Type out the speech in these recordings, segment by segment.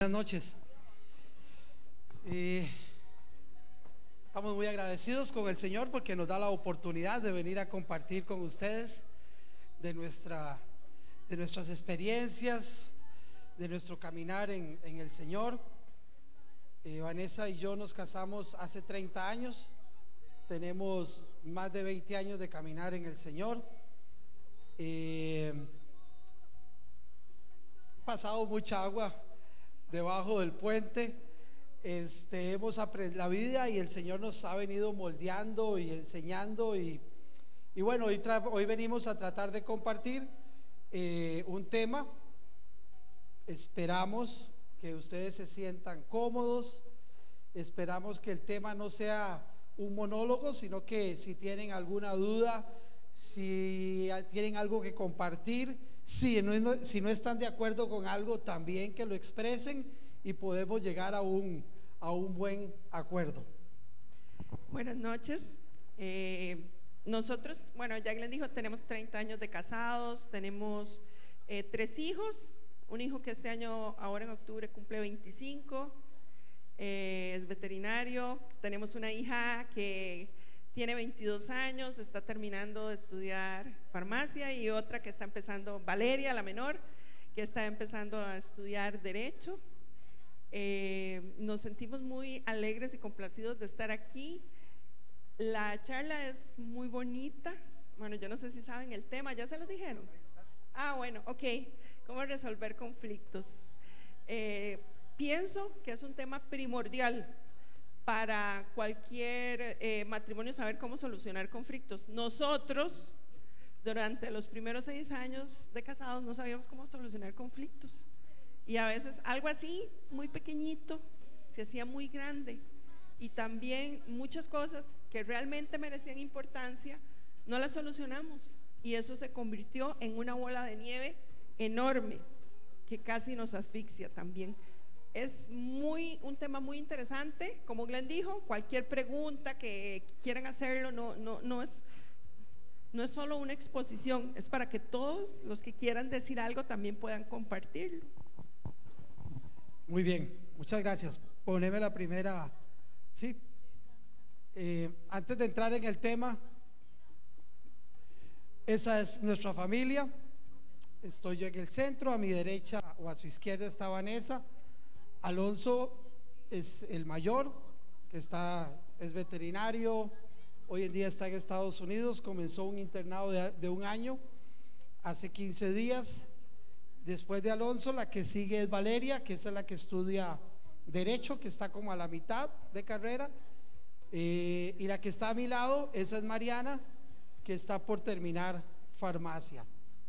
Buenas noches. Estamos muy agradecidos con el Señor porque nos da la oportunidad de venir a compartir con ustedes de nuestras experiencias, de nuestro caminar en el Señor. Vanessa y yo nos casamos hace 30 años, tenemos más de 20 años de caminar en el Señor. Pasado mucha agua debajo del puente. Hemos aprendido la vida y el Señor nos ha venido moldeando y enseñando y bueno, hoy venimos a tratar de compartir un tema. Esperamos que ustedes se sientan cómodos, esperamos que el tema no sea un monólogo, sino que si tienen alguna duda, si tienen algo que compartir, si no están de acuerdo con algo, también que lo expresen y podemos llegar a un buen acuerdo. Buenas noches. Nosotros, bueno, ya les dijo, tenemos 30 años de casados, tenemos 3 hijos, un hijo que este año, ahora en octubre, cumple 25, es veterinario. Tenemos una hija que tiene 22 años, está terminando de estudiar farmacia, y otra que está empezando, Valeria, la menor, que está empezando a estudiar Derecho. Nos sentimos muy alegres y complacidos de estar aquí. La charla es muy bonita. Bueno, yo no sé si saben el tema, ¿ya se los dijeron? Bueno, ok. ¿Cómo resolver conflictos? Pienso que es un tema primordial para cualquier matrimonio, saber cómo solucionar conflictos. Nosotros, durante los primeros 6 años de casados, no sabíamos cómo solucionar conflictos. Y a veces algo así, muy pequeñito, se hacía muy grande. Y también muchas cosas que realmente merecían importancia, no las solucionamos. Y eso se convirtió en una bola de nieve enorme, que casi nos asfixia también. Es un tema muy interesante. Como Glenn dijo, cualquier pregunta que quieran hacerlo, no es solo una exposición, es para que todos los que quieran decir algo también puedan compartirlo. Muy bien, muchas gracias. Poneme la primera. Sí. Antes de entrar en el tema, esa es nuestra familia. Estoy yo en el centro, a mi derecha o a su izquierda está Vanessa. Alonso es el mayor, que es veterinario, hoy en día está en Estados Unidos, comenzó un internado de 1 año, hace 15 días. Después de Alonso, la que sigue es Valeria, que es la que estudia Derecho, que está como a la mitad de carrera, y la que está a mi lado, esa es Mariana, que está por terminar farmacia.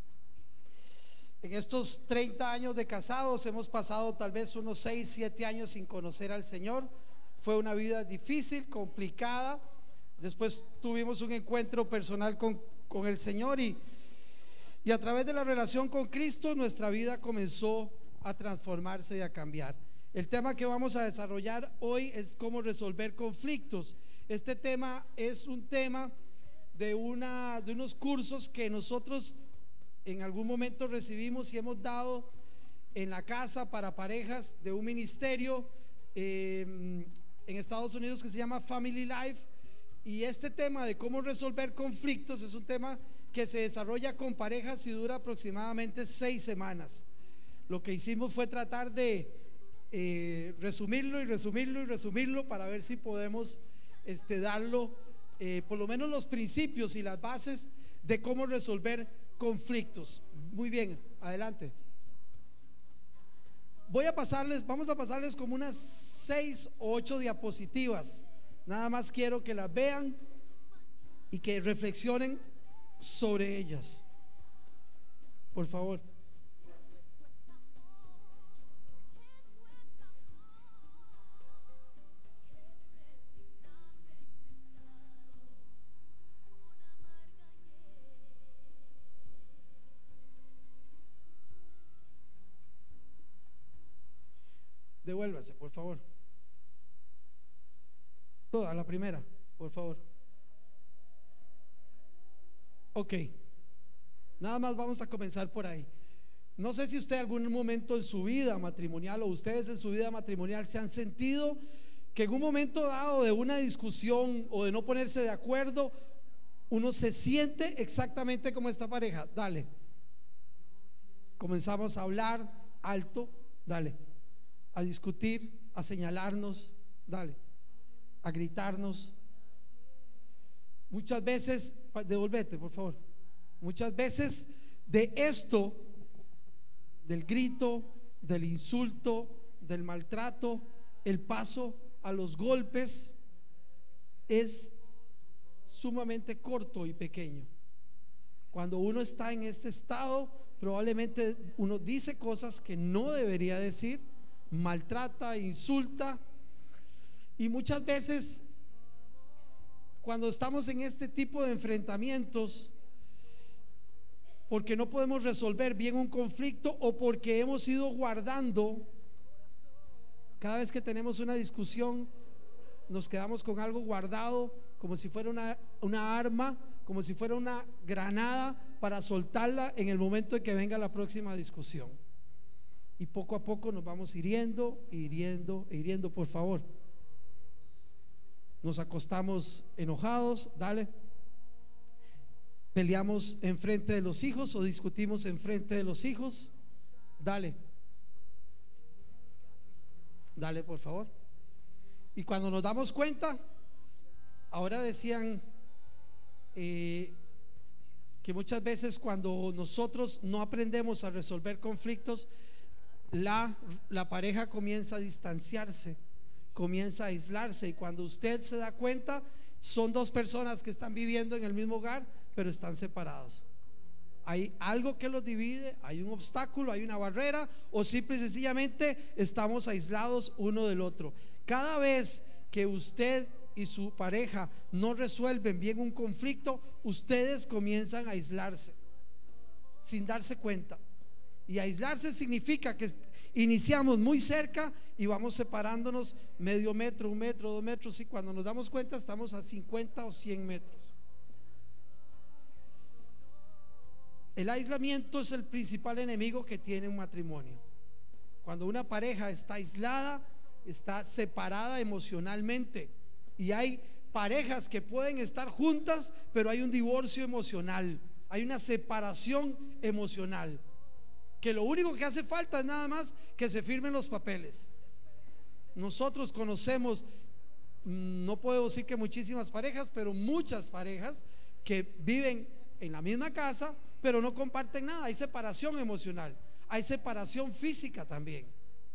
En estos 30 años de casados hemos pasado tal vez unos 6, 7 años sin conocer al Señor. Fue una vida difícil, complicada. Después tuvimos un encuentro personal con el Señor y a través de la relación con Cristo nuestra vida comenzó a transformarse y a cambiar. El tema que vamos a desarrollar hoy es cómo resolver conflictos. Este tema es un tema de unos cursos que nosotros en algún momento recibimos y hemos dado en la casa para parejas de un ministerio en Estados Unidos que se llama Family Life. Y este tema de cómo resolver conflictos es un tema que se desarrolla con parejas y dura aproximadamente 6 semanas. Lo que hicimos fue tratar de resumirlo para ver si podemos darlo, por lo menos los principios y las bases de cómo resolver conflictos. Muy bien, adelante. Vamos a pasarles como unas 6 o 8 diapositivas. Nada más quiero que las vean y que reflexionen sobre ellas, por favor. Devuélvase, por favor. Toda la primera, por favor. Ok, nada más vamos a comenzar por ahí. No sé si usted en algún momento en su vida matrimonial o ustedes en su vida matrimonial se han sentido que en un momento dado de una discusión o de no ponerse de acuerdo, uno se siente exactamente como esta pareja. Dale, comenzamos a hablar alto, dale, a discutir, a señalarnos, dale, a gritarnos. Muchas veces, devolvete por favor, muchas veces de esto, del grito, del insulto, del maltrato, el paso a los golpes es sumamente corto y pequeño. Cuando uno está en este estado, probablemente uno dice cosas que no debería decir, maltrata, insulta, y muchas veces cuando estamos en este tipo de enfrentamientos, porque no podemos resolver bien un conflicto o porque hemos ido guardando, cada vez que tenemos una discusión nos quedamos con algo guardado como si fuera una arma, como si fuera una granada para soltarla en el momento en que venga la próxima discusión, y poco a poco nos vamos hiriendo, hiriendo, hiriendo. Por favor, nos acostamos enojados, dale, peleamos enfrente de los hijos o discutimos enfrente de los hijos, dale, dale por favor. Y cuando nos damos cuenta, ahora decían que muchas veces cuando nosotros no aprendemos a resolver conflictos, la pareja comienza a distanciarse, comienza a aislarse, y cuando usted se da cuenta, son dos personas que están viviendo en el mismo hogar, pero están separados. Hay algo que los divide, hay un obstáculo, hay una barrera, o simple y sencillamente estamos aislados uno del otro. Cada vez que usted y su pareja no resuelven bien un conflicto, ustedes comienzan a aislarse sin darse cuenta. Y aislarse significa que iniciamos muy cerca y vamos separándonos medio metro, 1 metro, 2 metros, y cuando nos damos cuenta estamos a 50 o 100 metros. El aislamiento es el principal enemigo que tiene un matrimonio. Cuando una pareja está aislada, está separada emocionalmente, y hay parejas que pueden estar juntas, pero hay un divorcio emocional, hay una separación emocional, que lo único que hace falta es nada más que se firmen los papeles. Nosotros conocemos, no puedo decir que muchísimas parejas, pero muchas parejas que viven en la misma casa, pero no comparten nada. Hay separación emocional, hay separación física también.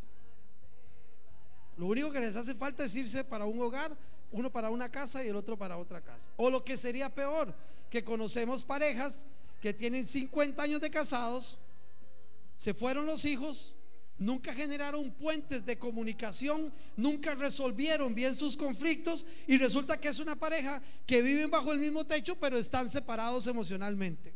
Lo único que les hace falta es irse para un hogar, uno para una casa y el otro para otra casa. O lo que sería peor, que conocemos parejas que tienen 50 años de casados, se fueron los hijos, nunca generaron puentes de comunicación, nunca resolvieron bien sus conflictos, y resulta que es una pareja que viven bajo el mismo techo, pero están separados emocionalmente.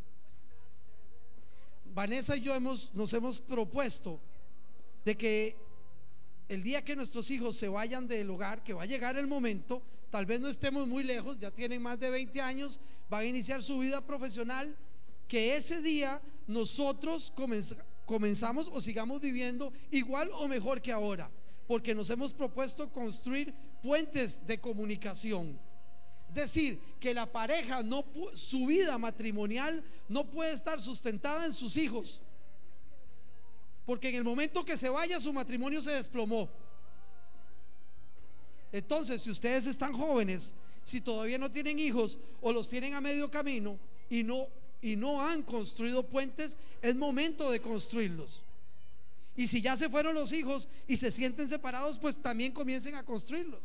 Vanessa y yo nos hemos propuesto de que el día que nuestros hijos se vayan del hogar, que va a llegar el momento, tal vez no estemos muy lejos, ya tienen más de 20 años, van a iniciar su vida profesional, que ese día nosotros comenzamos o sigamos viviendo igual o mejor que ahora, porque nos hemos propuesto construir puentes de comunicación. Es decir, que la pareja su vida matrimonial no puede estar sustentada en sus hijos, porque en el momento que se vaya, su matrimonio se desplomó. Entonces, si ustedes están jóvenes, si todavía no tienen hijos o los tienen a medio camino y no han construido puentes, es momento de construirlos. Y si ya se fueron los hijos y se sienten separados, pues también comiencen a construirlos.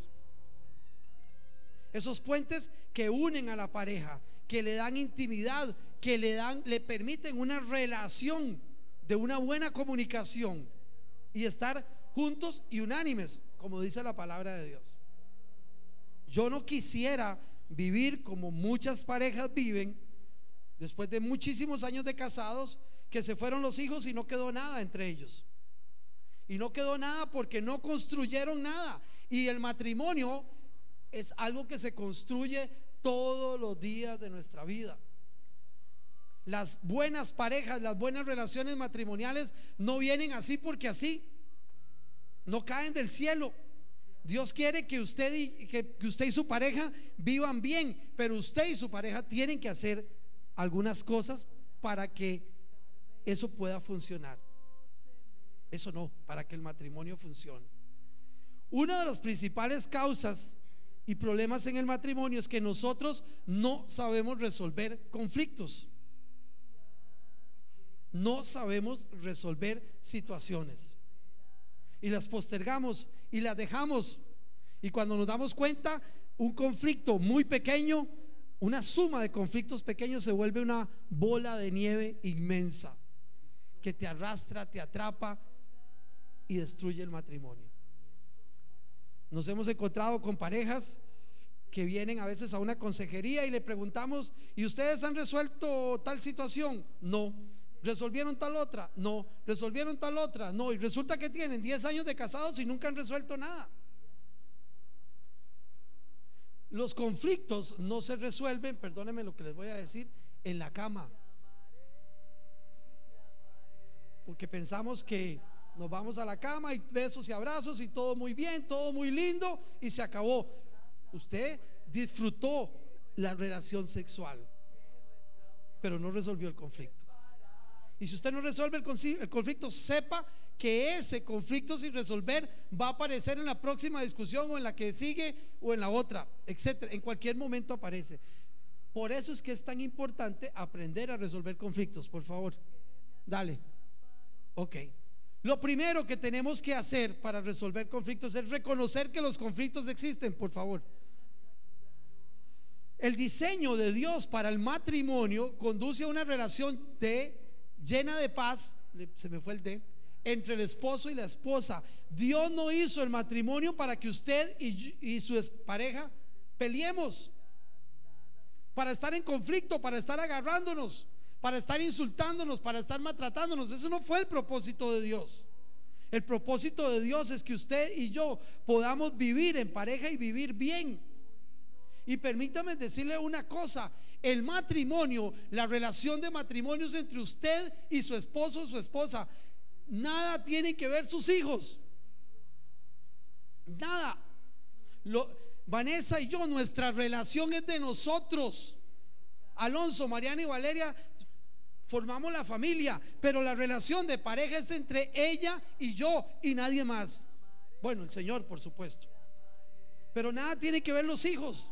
Esos puentes que unen a la pareja, que le dan intimidad, que le permiten una relación de una buena comunicación y estar juntos y unánimes, como dice la palabra de Dios. Yo no quisiera vivir como muchas parejas viven, después de muchísimos años de casados, que se fueron los hijos y no quedó nada entre ellos. Y no quedó nada porque no construyeron nada. Y el matrimonio es algo que se construye todos los días de nuestra vida. Las buenas parejas, las buenas relaciones matrimoniales no vienen así porque así, no caen del cielo. Dios quiere que usted y su pareja vivan bien, pero usted y su pareja tienen que hacer algunas cosas para que eso pueda funcionar. Eso no, para que el matrimonio funcione. Una de las principales causas y problemas en el matrimonio es que nosotros no sabemos resolver conflictos. No sabemos resolver situaciones y las postergamos y las dejamos, y cuando nos damos cuenta, un conflicto muy pequeño, una suma de conflictos pequeños se vuelve una bola de nieve inmensa que te arrastra, te atrapa y destruye el matrimonio. Nos hemos encontrado con parejas que vienen a veces a una consejería y le preguntamos: ¿y ustedes han resuelto tal situación? No. ¿Resolvieron tal otra? No. ¿Resolvieron tal otra? No. Y resulta que tienen 10 años de casados y nunca han resuelto nada. Los conflictos no se resuelven, perdónenme lo que les voy a decir, en la cama, porque pensamos que nos vamos a la cama y besos y abrazos y todo muy bien, todo muy lindo y se acabó. Usted disfrutó la relación sexual, pero no resolvió el conflicto. Y si usted no resuelve el conflicto, sepa que ese conflicto sin resolver va a aparecer en la próxima discusión o en la que sigue o en la otra, etcétera. En cualquier momento aparece. Por eso es que es tan importante aprender a resolver conflictos. Por favor, dale. Ok. Lo primero que tenemos que hacer para resolver conflictos es reconocer que los conflictos existen. Por favor. El diseño de Dios para el matrimonio conduce a una relación llena de paz, se me fue el entre el esposo y la esposa. Dios no hizo el matrimonio para que usted y su pareja peleemos, para estar en conflicto, para estar agarrándonos, para estar insultándonos, para estar maltratándonos. Eso no fue el propósito de Dios. El propósito de Dios es que usted y yo podamos vivir en pareja y vivir bien. Y permítame decirle una cosa: el matrimonio, la relación de matrimonio es entre usted y su esposo o su esposa. Nada tiene que ver sus hijos, nada. Vanessa y yo, nuestra relación es de nosotros. Alonso, Mariana y Valeria formamos la familia, pero la relación de pareja es entre ella y yo y nadie más. Bueno, el Señor, por supuesto, pero nada tiene que ver los hijos.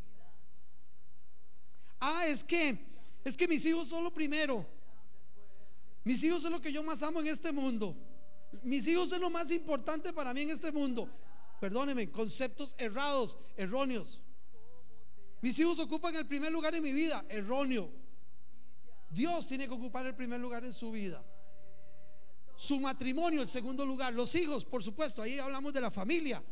Es que mis hijos son lo primero. Mis hijos son lo que yo más amo en este mundo. Mis hijos son lo más importante para mí en este mundo. Perdónenme, conceptos errados, erróneos. Mis hijos ocupan el primer lugar en mi vida, erróneo. Dios tiene que ocupar el primer lugar en su vida. Su matrimonio el segundo lugar. Los hijos, por supuesto, ahí hablamos de la familia.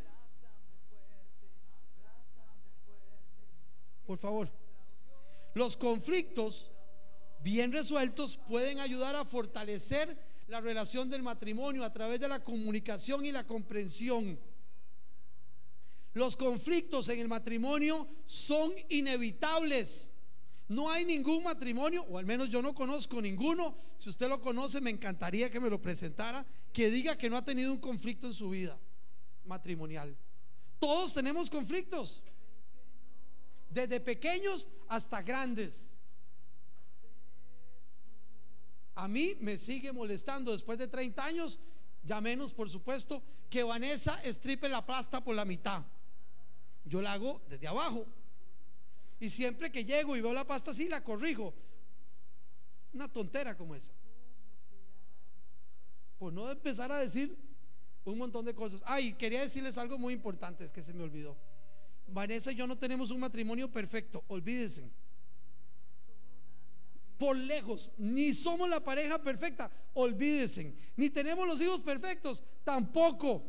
Por favor. Los conflictos bien resueltos pueden ayudar a fortalecer la relación del matrimonio a través de la comunicación y la comprensión. Los conflictos en el matrimonio son inevitables. No hay ningún matrimonio, o al menos yo no conozco ninguno, si usted lo conoce me encantaría que me lo presentara, que diga que no ha tenido un conflicto en su vida matrimonial. Todos tenemos conflictos, desde pequeños hasta grandes. A mí me sigue molestando después de 30 años, ya menos por supuesto, que Vanessa estripe la pasta por la mitad. Yo la hago desde abajo y siempre que llego y veo la pasta así la corrijo. Una tontera como esa, por no empezar a decir un montón de cosas. Quería decirles algo muy importante, es que se me olvidó. Vanessa y yo no tenemos un matrimonio perfecto, olvídense. Por lejos, ni somos la pareja perfecta, olvídense. Ni tenemos los hijos perfectos, tampoco.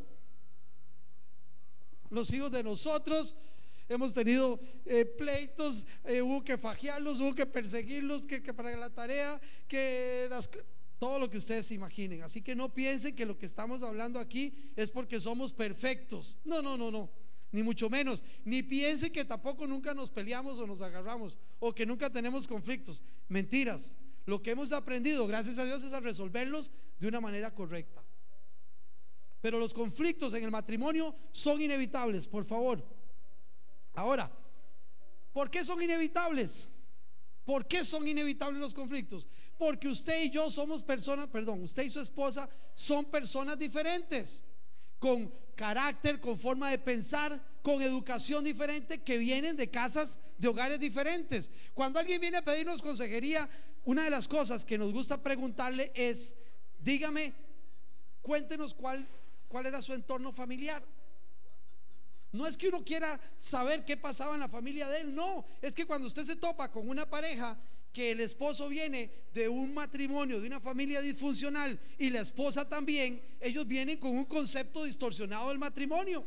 Los hijos de nosotros hemos tenido pleitos, hubo que fajearlos, hubo que perseguirlos, que para la tarea, todo lo que ustedes se imaginen. Así que no piensen que lo que estamos hablando aquí es porque somos perfectos. No, ni mucho menos. Ni piensen que tampoco nunca nos peleamos o nos agarramos o que nunca tenemos conflictos. Mentiras. lo que hemos aprendido, gracias a Dios, es a resolverlos de una manera correcta. Pero los conflictos en el matrimonio son inevitables, por favor. Ahora, ¿por qué son inevitables? ¿Por qué son inevitables los conflictos? Porque usted y yo somos personas, usted y su esposa son personas diferentes, con carácter, con forma de pensar, con educación diferente, que vienen de casas, de hogares diferentes. Cuando alguien viene a pedirnos consejería, una de las cosas que nos gusta preguntarle es: dígame, cuéntenos cuál era su entorno familiar. No es que uno quiera saber qué pasaba en la familia de él, no, es que cuando usted se topa con una pareja que el esposo viene de un matrimonio, de una familia disfuncional, y la esposa también, ellos vienen con un concepto distorsionado del matrimonio,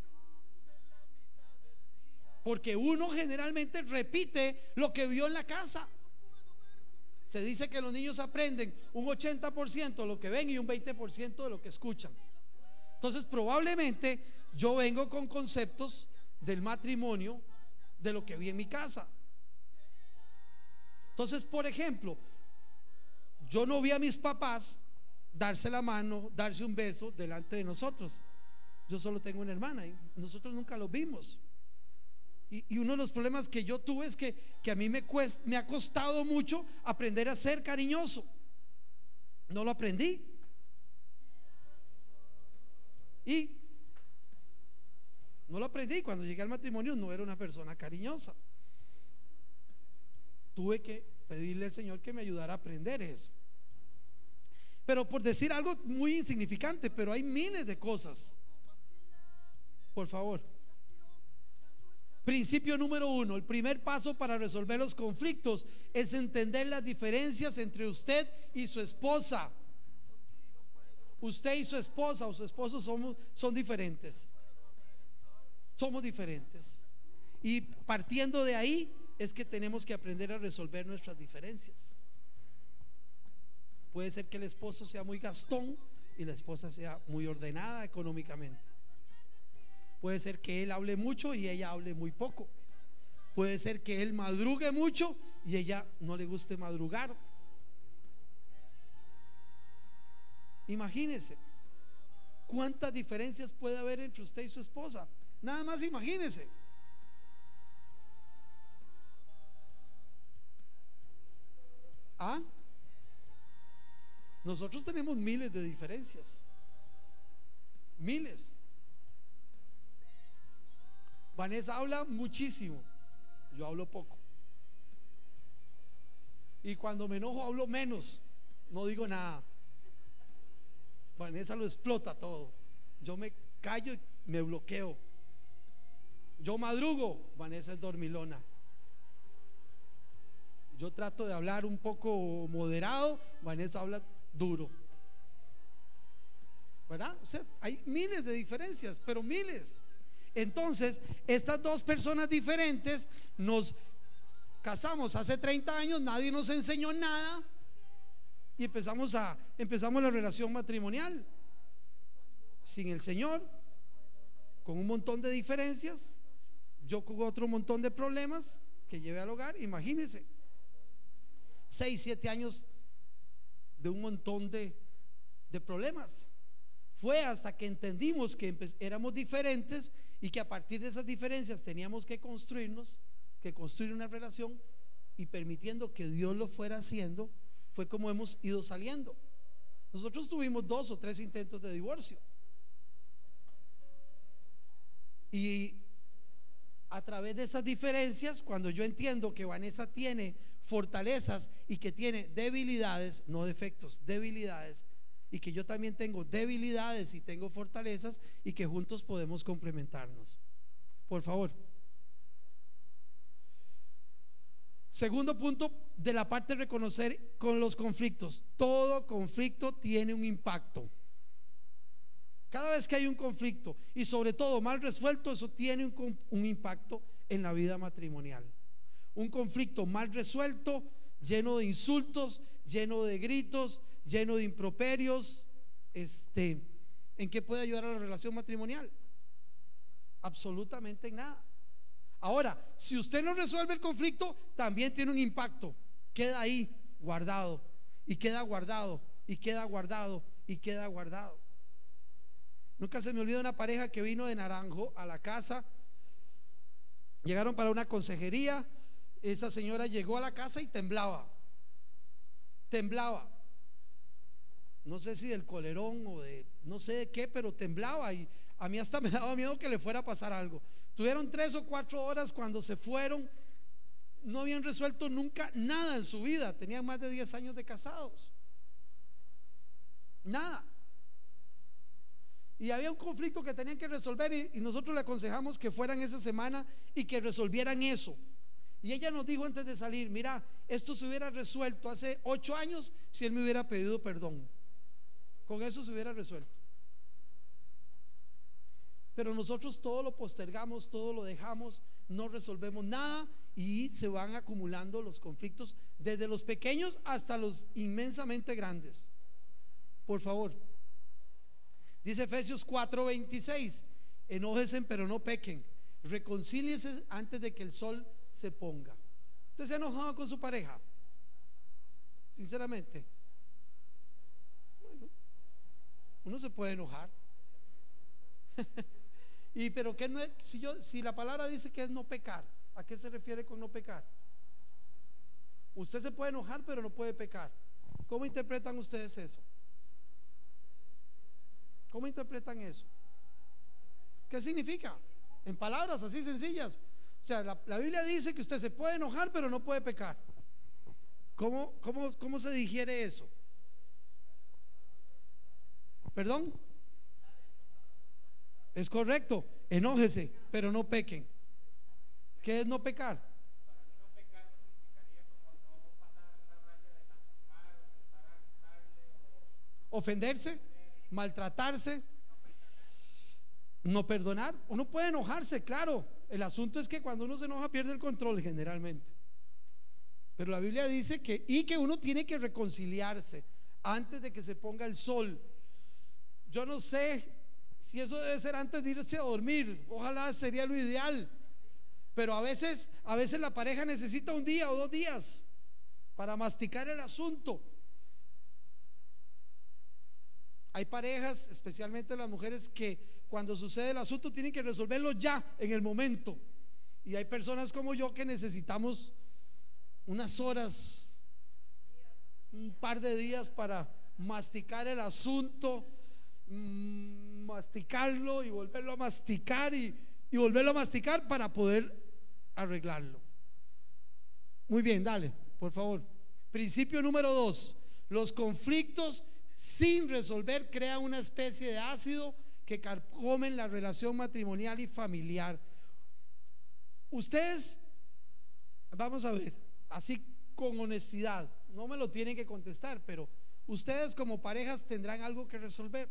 porque uno generalmente repite lo que vio en la casa. Se dice que los niños aprenden un 80% de lo que ven y un 20% de lo que escuchan. Entonces probablemente yo vengo con conceptos del matrimonio de lo que vi en mi casa. Entonces, por ejemplo, yo no vi a mis papás darse la mano, darse un beso delante de nosotros. Yo solo tengo una hermana y nosotros nunca los vimos. Y uno de los problemas que yo tuve es que a mí me ha costado mucho aprender a ser cariñoso. No lo aprendí. Y no lo aprendí. Cuando llegué al matrimonio no era una persona cariñosa. Tuve que pedirle al Señor que me ayudara a aprender eso. Pero por decir algo muy insignificante, pero hay miles de cosas. Por favor. Principio número 1, el primer paso para resolver los conflictos es entender las diferencias entre usted y su esposa. Usted y su esposa o su esposo son diferentes. Somos diferentes. Y partiendo de ahí es que tenemos que aprender a resolver nuestras diferencias. Puede ser que el esposo sea muy gastón y la esposa sea muy ordenada económicamente. Puede ser que él hable mucho y ella hable muy poco. Puede ser que él madrugue mucho y ella no le guste madrugar. Imagínese cuántas diferencias puede haber entre usted y su esposa. Nada más imagínese. ¿Ah? Nosotros tenemos miles de diferencias. Miles. Vanessa habla muchísimo, yo hablo poco. Y cuando me enojo hablo menos, no digo nada. Vanessa lo explota todo. Yo me callo y me bloqueo. Yo madrugo, Vanessa es dormilona. Yo trato de hablar un poco moderado, Vanessa habla duro. ¿Verdad? O sea, hay miles de diferencias, pero miles. Entonces, estas dos personas diferentes nos casamos hace 30 años, nadie nos enseñó nada y empezamos la relación matrimonial sin el Señor, con un montón de diferencias, yo con otro montón de problemas que llevé al hogar. Imagínense, 6, 7 años de un montón de problemas. Fue hasta que entendimos que éramos diferentes y que a partir de esas diferencias teníamos que construir una relación, y permitiendo que Dios lo fuera haciendo, fue como hemos ido saliendo. Nosotros tuvimos 2 o 3 intentos de divorcio, y a través de esas diferencias, cuando yo entiendo que Vanessa tiene fortalezas y que tiene debilidades, no defectos, debilidades, y que yo también tengo debilidades y tengo fortalezas, y que juntos podemos complementarnos. Por favor. Segundo punto de la parte de reconocer con los conflictos: todo conflicto tiene un impacto. Cada vez que hay un conflicto, y sobre todo mal resuelto, eso tiene un impacto en la vida matrimonial. Un conflicto mal resuelto, lleno de insultos, lleno de gritos, lleno de improperios, ¿en qué puede ayudar a la relación matrimonial? Absolutamente en nada. Ahora, si usted no resuelve el conflicto, también tiene un impacto, queda ahí guardado, y queda guardado, y queda guardado, y queda guardado. Nunca se me olvida una pareja que vino de Naranjo a la casa. Llegaron para una consejería. Esa señora llegó a la casa y temblaba. Temblaba. No sé si del colerón o de no sé de qué, pero temblaba. Y a mí hasta me daba miedo que le fuera a pasar algo. Tuvieron 3 o 4 horas. Cuando se fueron, no habían resuelto nunca nada en su vida. Tenían más de 10 años de casados. Nada. Y había un conflicto que tenían que resolver, y nosotros le aconsejamos que fueran esa semana y que resolvieran eso. Y ella nos dijo antes de salir: mira, esto se hubiera resuelto hace 8 años si él me hubiera pedido perdón. Con eso se hubiera resuelto. Pero nosotros todo lo postergamos, todo lo dejamos, no resolvemos nada, y se van acumulando los conflictos, desde los pequeños hasta los inmensamente grandes. Por favor. Dice Efesios 4:26: enójense pero no pequen, reconcíliense antes de que el sol se ponga. ¿Usted se ha enojado con su pareja? Sinceramente. Bueno, uno se puede enojar. Pero que no es, si la palabra dice que es no pecar, ¿a qué se refiere con no pecar? Usted se puede enojar pero no puede pecar. ¿Cómo interpretan ustedes eso? ¿Cómo interpretan eso? ¿Qué significa? En palabras así sencillas. O sea, la Biblia dice que usted se puede enojar pero no puede pecar. ¿Cómo se digiere eso? ¿Perdón? Es correcto, enójese pero no pequen. ¿Qué es no pecar? Ofenderse, maltratarse, no perdonar. Uno puede enojarse, claro. El asunto es que cuando uno se enoja pierde el control generalmente. Pero la Biblia dice que uno tiene que reconciliarse antes de que se ponga el sol. Yo no sé si eso debe ser antes de irse a dormir. Ojalá sería lo ideal. Pero a veces la pareja necesita 1 día o 2 días para masticar el asunto. Hay parejas, especialmente las mujeres, que cuando sucede el asunto tienen que resolverlo ya, en el momento. Y hay personas como yo que necesitamos unas horas, un par de días para masticar el asunto, masticarlo y volverlo a masticar y volverlo a masticar para poder arreglarlo. Muy bien, dale, por favor. Principio número 2: los conflictos sin resolver crean una especie de ácido que carcomen la relación matrimonial y familiar. Ustedes, vamos a ver, así con honestidad, no me lo tienen que contestar, pero ustedes como parejas tendrán algo que resolver.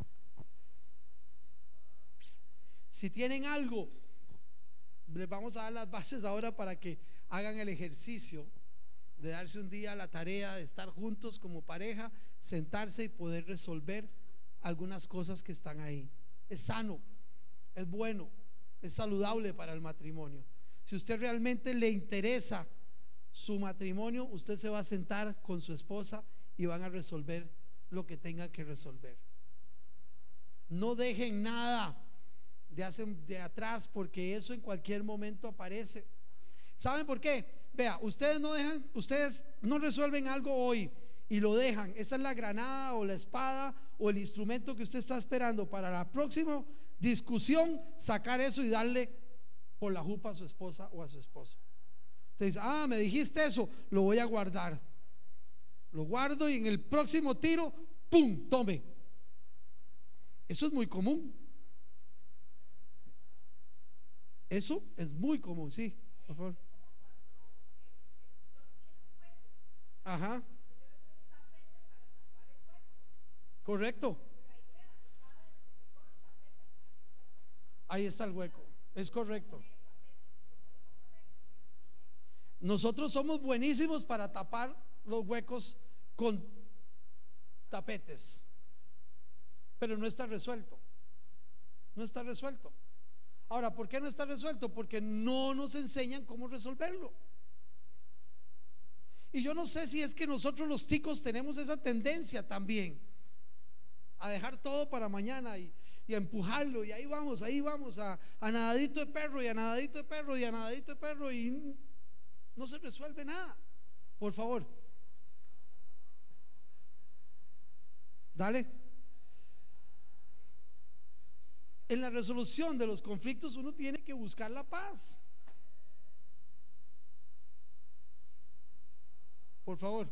Si tienen algo, les vamos a dar las bases ahora para que hagan el ejercicio de darse un día la tarea de estar juntos como pareja, sentarse y poder resolver algunas cosas que están ahí. Es sano, es bueno, es saludable para el matrimonio. Si usted realmente le interesa su matrimonio, usted se va a sentar con su esposa y van a resolver lo que tengan que resolver. No dejen nada de atrás, porque eso en cualquier momento aparece. ¿Saben por qué? Vea, ustedes no resuelven algo hoy y lo dejan. Esa es la granada o la espada o el instrumento que usted está esperando para la próxima discusión, sacar eso y darle por la jupa a su esposa o a su esposo. Usted dice: me dijiste eso, lo voy a guardar. Lo guardo y en el próximo tiro, ¡pum!, tome. Eso es muy común. Eso es muy común, sí, por favor. Ajá. Correcto. Ahí está el hueco. Es correcto. Nosotros somos buenísimos para tapar los huecos con tapetes, pero no está resuelto. No está resuelto. Ahora, ¿por qué no está resuelto? Porque no nos enseñan cómo resolverlo. Y yo no sé si es que nosotros los ticos tenemos esa tendencia también a dejar todo para mañana y a empujarlo, y ahí vamos a nadadito de perro y a nadadito de perro y a nadadito de perro, y no se resuelve nada. Por favor, dale. En la resolución de los conflictos uno tiene que buscar la paz. Por favor.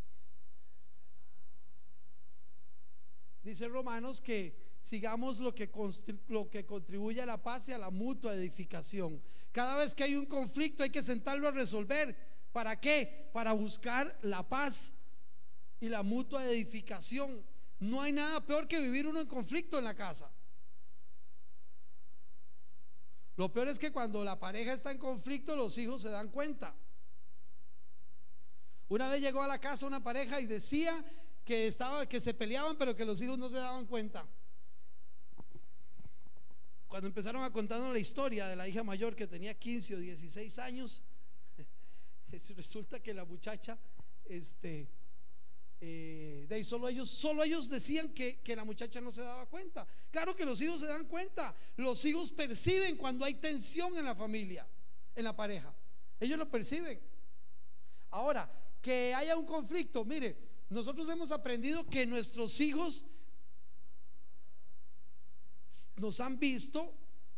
Dice Romanos que sigamos lo que contribuye a la paz y a la mutua edificación. Cada vez que hay un conflicto hay que sentarlo a resolver. ¿Para qué? Para buscar la paz y la mutua edificación. No hay nada peor que vivir uno en conflicto en la casa. Lo peor es que cuando la pareja está en conflicto, los hijos se dan cuenta. Una vez llegó a la casa una pareja y decía que se peleaban, pero que los hijos no se daban cuenta. Cuando empezaron a contarnos la historia de la hija mayor, que tenía 15 o 16 años, resulta que la muchacha, solo ellos decían que la muchacha no se daba cuenta. Claro que los hijos se dan cuenta. Los hijos perciben cuando hay tensión en la familia, en la pareja. Ellos lo perciben. Ahora, que haya un conflicto, mire, nosotros hemos aprendido que nuestros hijos nos han visto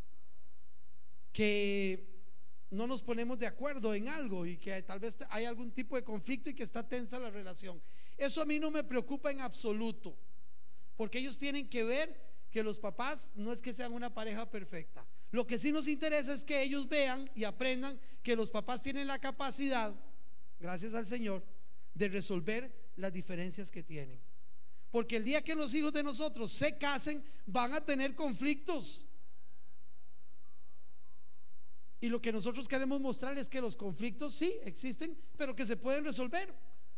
que no nos ponemos de acuerdo en algo y que tal vez hay algún tipo de conflicto y que está tensa la relación. Eso a mí no me preocupa en absoluto, porque ellos tienen que ver que los papás no es que sean una pareja perfecta. Lo que sí nos interesa es que ellos vean y aprendan que los papás tienen la capacidad, gracias al Señor, de resolver las diferencias que tienen. Porque el día que los hijos de nosotros se casen, van a tener conflictos. Y lo que nosotros queremos mostrar es que los conflictos sí existen, pero que se pueden resolver.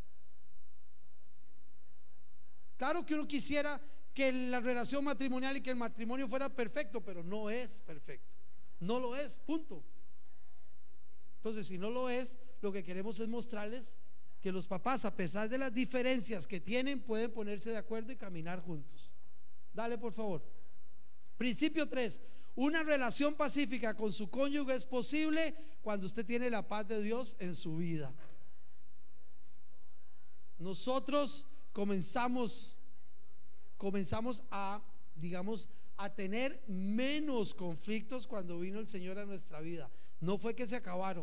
Claro que uno quisiera que la relación matrimonial y que el matrimonio fuera perfecto, pero no es perfecto. No lo es, punto. Entonces, si no lo es, lo que queremos es mostrarles que los papás, a pesar de las diferencias que tienen, pueden ponerse de acuerdo y caminar juntos. Dale, por favor. Principio 3: una relación pacífica con su cónyuge es posible cuando usted tiene la paz de Dios en su vida. Nosotros comenzamos a, digamos, a tener menos conflictos cuando vino el Señor a nuestra vida. No fue que se acabaron,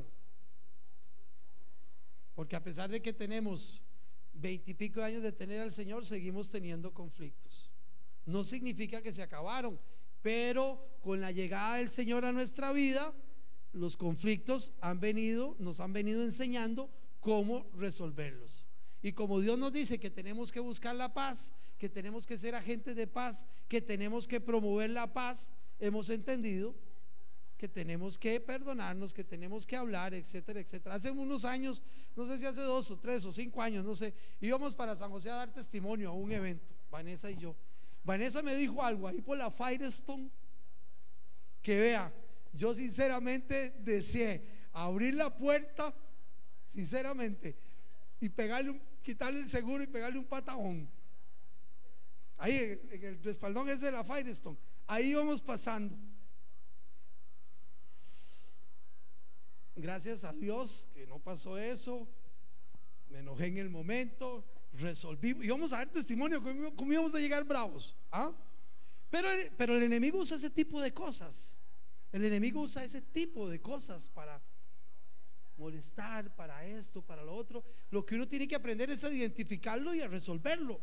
porque a pesar de que tenemos 20 y pico de años de tener al Señor, seguimos teniendo conflictos. No significa que se acabaron, pero con la llegada del Señor a nuestra vida, los conflictos nos han venido enseñando cómo resolverlos. Y como Dios nos dice que tenemos que buscar la paz, que tenemos que ser agentes de paz, que tenemos que promover la paz, hemos entendido que tenemos que perdonarnos, que tenemos que hablar, etcétera, etcétera. Hace unos años, no sé si hace 2 o 3 o 5 años, no sé, íbamos para San José a dar testimonio a un evento, Vanessa y yo. Vanessa me dijo algo ahí por la Firestone, que vea, yo sinceramente deseé abrir la puerta, sinceramente, y quitarle el seguro y pegarle un patadón. Ahí en el respaldón es de la Firestone, ahí íbamos pasando. Gracias a Dios que no pasó eso. Me enojé en el momento, resolví, íbamos a dar testimonio, ¿cómo íbamos a llegar bravos? ¿Ah? Pero el enemigo usa ese tipo de cosas. El enemigo usa ese tipo de cosas para molestar, para esto, para lo otro. Lo que uno tiene que aprender es a identificarlo y a resolverlo.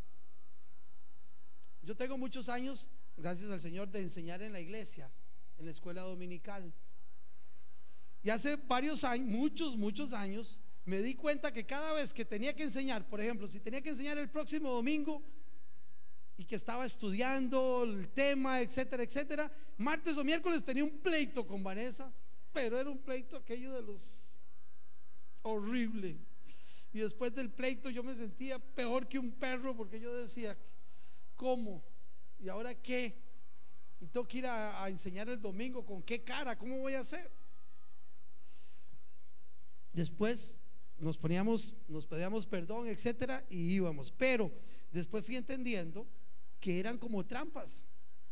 Yo tengo muchos años, gracias al Señor, de enseñar en la iglesia, en la escuela dominical. Y hace varios años, muchos años, me di cuenta que cada vez que tenía que enseñar, por ejemplo, si tenía que enseñar el próximo domingo y que estaba estudiando el tema, etcétera, etcétera, martes o miércoles tenía un pleito con Vanessa, pero era un pleito aquello de los horrible. Y después del pleito yo me sentía peor que un perro, porque yo decía, ¿cómo? ¿Y ahora qué? Y tengo que ir a enseñar el domingo, ¿con qué cara? ¿Cómo voy a hacer? Después nos pedíamos perdón, etcétera, y íbamos. Pero después fui entendiendo que eran como trampas,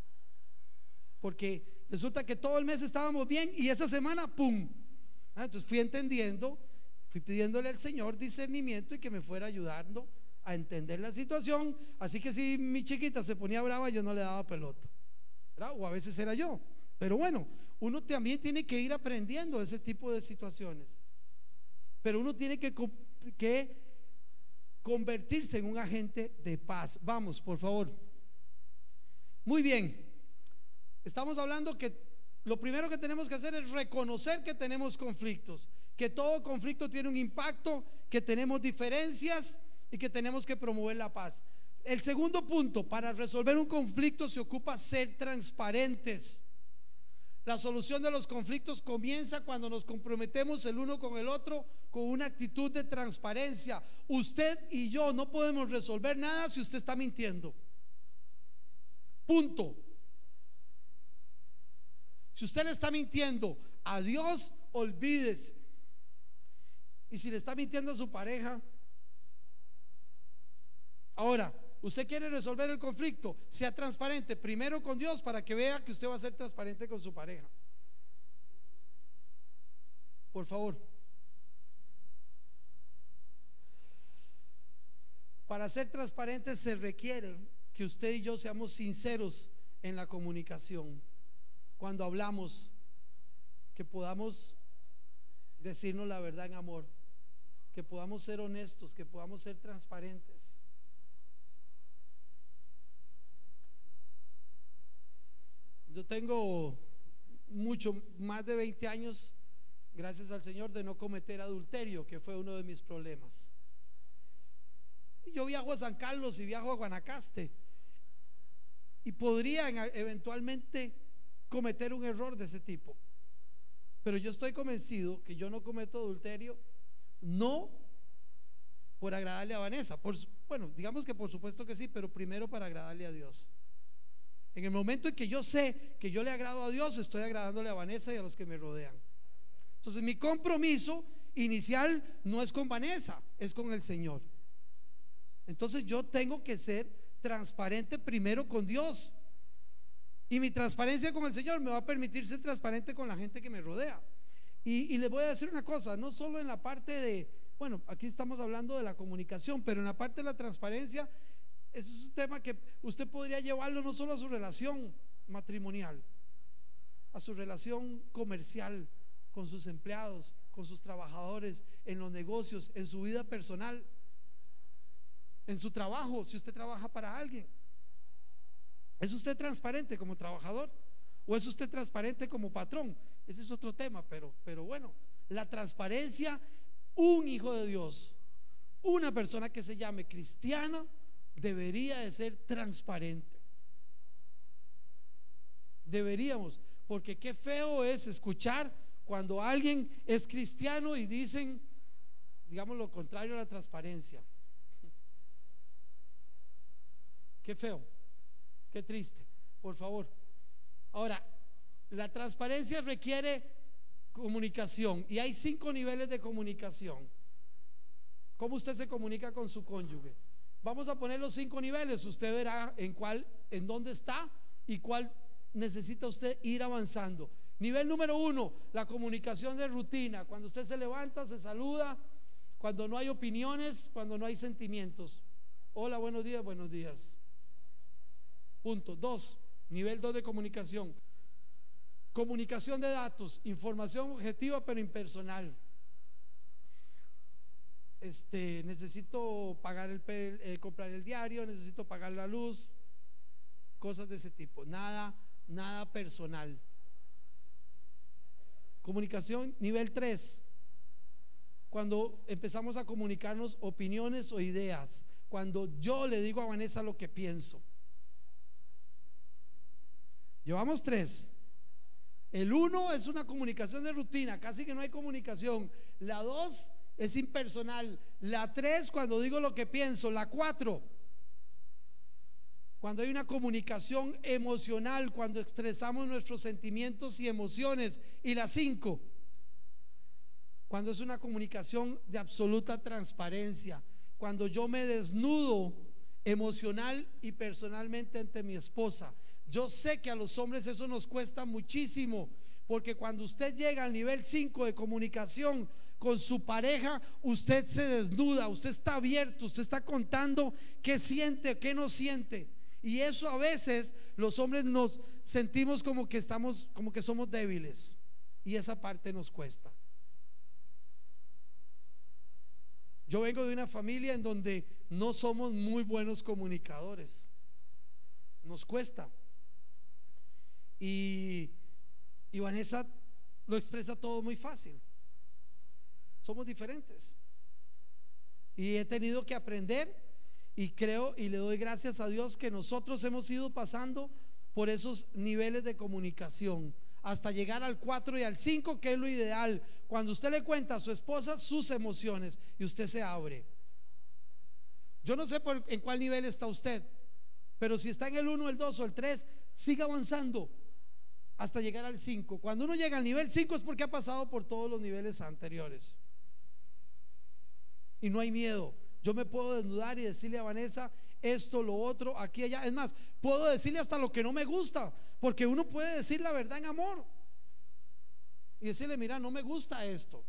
porque resulta que todo el mes estábamos bien y esa semana, ¡pum! Entonces fui entendiendo, fui pidiéndole al Señor discernimiento y que me fuera ayudando a entender la situación. Así que si mi chiquita se ponía brava, yo no le daba pelota, ¿verdad? O a veces era yo. Pero bueno, uno también tiene que ir aprendiendo ese tipo de situaciones. Pero uno tiene que convertirse en un agente de paz. Vamos, por favor. Muy bien. Estamos hablando que lo primero que tenemos que hacer es reconocer que tenemos conflictos, que todo conflicto tiene un impacto, que tenemos diferencias y que tenemos que promover la paz. El segundo punto, para resolver un conflicto se ocupa ser transparentes. La solución de los conflictos comienza cuando nos comprometemos el uno con el otro con una actitud de transparencia. Usted y yo no podemos resolver nada si usted está mintiendo. Punto. Si usted le está mintiendo a Dios, olvídese. Y si le está mintiendo a su pareja, ahora, usted quiere resolver el conflicto, sea transparente primero con Dios para que vea que usted va a ser transparente con su pareja. Por favor. Para ser transparentes se requiere que usted y yo seamos sinceros en la comunicación. Cuando hablamos, que podamos decirnos la verdad en amor, que podamos ser honestos, que podamos ser transparentes. Yo tengo mucho más de 20 años, gracias al Señor, de no cometer adulterio, que fue uno de mis problemas. Y yo viajo a San Carlos y viajo a Guanacaste y podría eventualmente cometer un error de ese tipo, pero yo estoy convencido que yo no cometo adulterio, no por agradarle a Vanessa, bueno, digamos que por supuesto que sí, pero primero para agradarle a Dios. En el momento en que yo sé que yo le agrado a Dios, estoy agradándole a Vanessa y a los que me rodean. Entonces mi compromiso inicial no es con Vanessa, es con el Señor. Entonces yo tengo que ser transparente primero con Dios, y mi transparencia con el Señor me va a permitir ser transparente con la gente que me rodea. Y les voy a decir una cosa, no solo en la parte de, bueno, aquí estamos hablando de la comunicación, pero en la parte de la transparencia, eso es un tema que usted podría llevarlo no solo a su relación matrimonial, a su relación comercial, con sus empleados, con sus trabajadores, en los negocios, en su vida personal, en su trabajo, si usted trabaja para alguien. ¿Es usted transparente como trabajador o es usted transparente como patrón? Ese es otro tema, pero bueno, la transparencia, un hijo de Dios, una persona que se llame cristiana, debería de ser transparente. Deberíamos, porque qué feo es escuchar cuando alguien es cristiano y dicen, digamos, lo contrario a la transparencia. Qué feo, qué triste, por favor. Ahora, la transparencia requiere comunicación y hay 5 niveles de comunicación. ¿Cómo usted se comunica con su cónyuge? Vamos a poner los 5 niveles, usted verá en dónde está y cuál necesita usted ir avanzando. Nivel número 1, la comunicación de rutina, cuando usted se levanta, se saluda, cuando no hay opiniones, cuando no hay sentimientos. Hola, buenos días, buenos días. Punto. 2, nivel 2 de comunicación. Comunicación de datos, información objetiva pero impersonal. Necesito pagar comprar el diario, necesito pagar la luz, cosas de ese tipo, nada personal. Comunicación nivel 3, cuando empezamos a comunicarnos opiniones o ideas, cuando yo le digo a Vanessa lo que pienso. Llevamos 3. El 1 es una comunicación de rutina, casi que no hay comunicación. La 2 es impersonal. La 3, cuando digo lo que pienso. La 4, cuando hay una comunicación emocional, cuando expresamos nuestros sentimientos y emociones. Y la 5, cuando es una comunicación de absoluta transparencia, cuando yo me desnudo emocional y personalmente ante mi esposa. Yo sé que a los hombres eso nos cuesta muchísimo, porque cuando usted llega al nivel 5 de comunicación con su pareja, usted se desnuda, usted está abierto, usted está contando qué siente, qué no siente. Y eso a veces los hombres nos sentimos como que estamos, como que somos débiles, y esa parte nos cuesta. Yo vengo de una familia en donde no somos muy buenos comunicadores, nos cuesta. Y Vanessa lo expresa todo muy fácil. Somos diferentes y he tenido que aprender, y creo y le doy gracias a Dios que nosotros hemos ido pasando por esos niveles de comunicación hasta llegar al 4 y al 5, que es lo ideal, cuando usted le cuenta a su esposa sus emociones y usted se abre. Yo no sé en cuál nivel está usted, pero si está en el 1, el 2 o el 3, siga avanzando hasta llegar al 5. Cuando uno llega al nivel 5 es porque ha pasado por todos los niveles anteriores. Y no hay miedo. Yo me puedo desnudar y decirle a Vanessa esto, lo otro, aquí, allá. Es más, puedo decirle hasta lo que no me gusta, porque uno puede decir la verdad en amor y decirle: mira, no me gusta esto.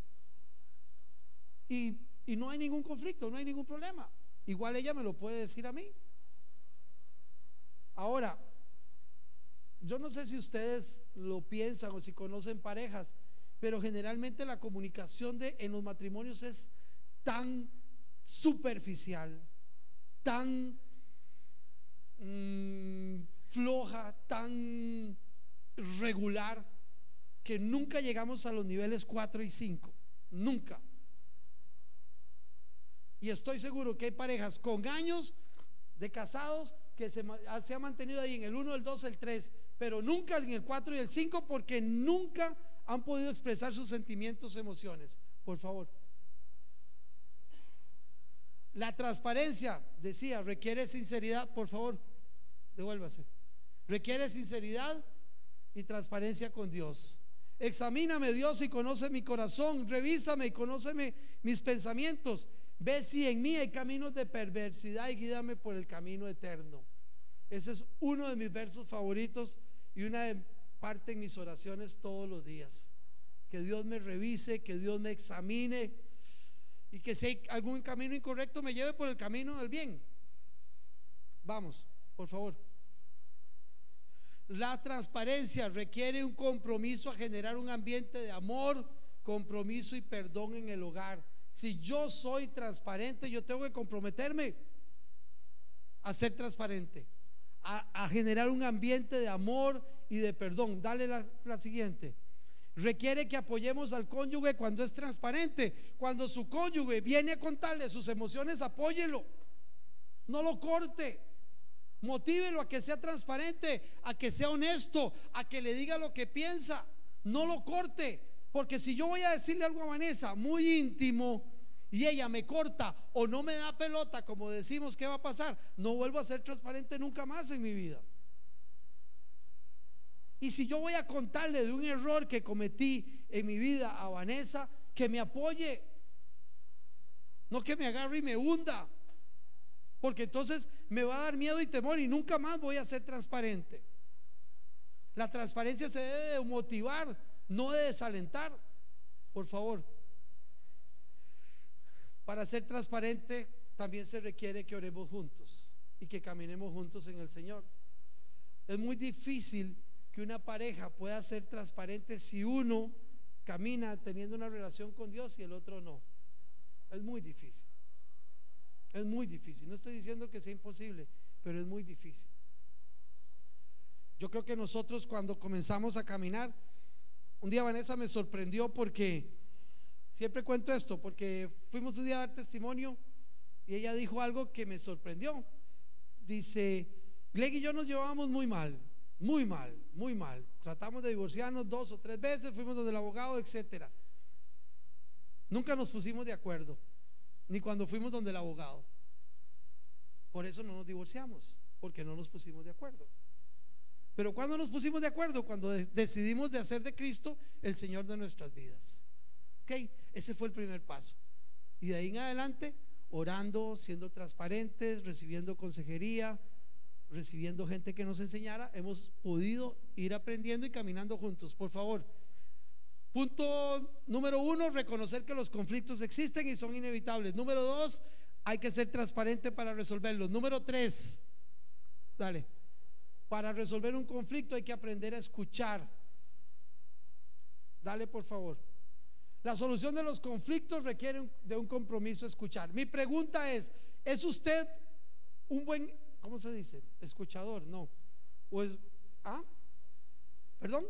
Y no hay ningún conflicto, no hay ningún problema. Igual ella me lo puede decir a mí. Ahora, yo no sé si ustedes lo piensan o si conocen parejas, pero generalmente la comunicación en los matrimonios es tan superficial, tan floja, tan regular, que nunca llegamos a los niveles 4 y 5, nunca. Y estoy seguro que hay parejas con años de casados que se ha mantenido ahí en el 1, el 2, el 3, pero nunca en el 4 y el 5, porque nunca han podido expresar sus sentimientos, emociones. Por favor. La transparencia, decía, requiere sinceridad. Por favor, devuélvase. Requiere sinceridad y transparencia con Dios. Examíname, Dios, y conoce mi corazón. Revísame y conóceme mis pensamientos. Ve si en mí hay caminos de perversidad y guíame por el camino eterno. Ese es uno de mis versos favoritos y una parte en mis oraciones todos los días. Que Dios me revise, que Dios me examine, y que si hay algún camino incorrecto me lleve por el camino del bien. Vamos, por favor. La transparencia requiere un compromiso a generar un ambiente de amor, compromiso y perdón en el hogar. Si yo soy transparente, yo tengo que comprometerme a ser transparente, a generar un ambiente de amor y de perdón. Dale la siguiente. Requiere que apoyemos al cónyuge cuando es transparente. Cuando su cónyuge viene a contarle sus emociones, apóyelo, no lo corte, motívelo a que sea transparente, a que sea honesto, a que le diga lo que piensa, no lo corte. Porque si yo voy a decirle algo a Vanessa muy íntimo y ella me corta o no me da pelota, como decimos, ¿qué va a pasar? No vuelvo a ser transparente nunca más en mi vida. Y si yo voy a contarle de un error que cometí en mi vida a Vanessa, que me apoye, no que me agarre y me hunda, porque entonces me va a dar miedo y temor y nunca más voy a ser transparente. La transparencia se debe de motivar, no de desalentar. Por favor. Para ser transparente también se requiere que oremos juntos y que caminemos juntos en el Señor. Es muy difícil que una pareja pueda ser transparente si uno camina teniendo una relación con Dios y el otro no. Es muy difícil. Es muy difícil. No estoy diciendo que sea imposible, pero es muy difícil. Yo creo que nosotros, cuando comenzamos a caminar, un día Vanessa me sorprendió, porque siempre cuento esto, porque fuimos un día a dar testimonio y ella dijo algo que me sorprendió. Dice: Gleg y yo nos llevábamos muy mal, muy mal, muy mal. Tratamos de divorciarnos 2 o 3 veces, fuimos donde el abogado, etcétera. Nunca nos pusimos de acuerdo, ni cuando fuimos donde el abogado. Por eso no nos divorciamos, porque no nos pusimos de acuerdo. Pero cuando nos pusimos de acuerdo, cuando decidimos de hacer de Cristo el Señor de nuestras vidas, ¿ok? Ese fue el primer paso. Y de ahí en adelante, orando, siendo transparentes, recibiendo consejería, recibiendo gente que nos enseñara, hemos podido ir aprendiendo y caminando juntos. Por favor, punto número 1, reconocer que los conflictos existen y son inevitables. Número 2, hay que ser transparente para resolverlos. Número 3, dale, para resolver un conflicto hay que aprender a escuchar. Dale, por favor. La solución de los conflictos requiere de un compromiso a escuchar. Mi pregunta ¿es usted un buen, ¿cómo se dice? Escuchador, no. ¿O es, perdón?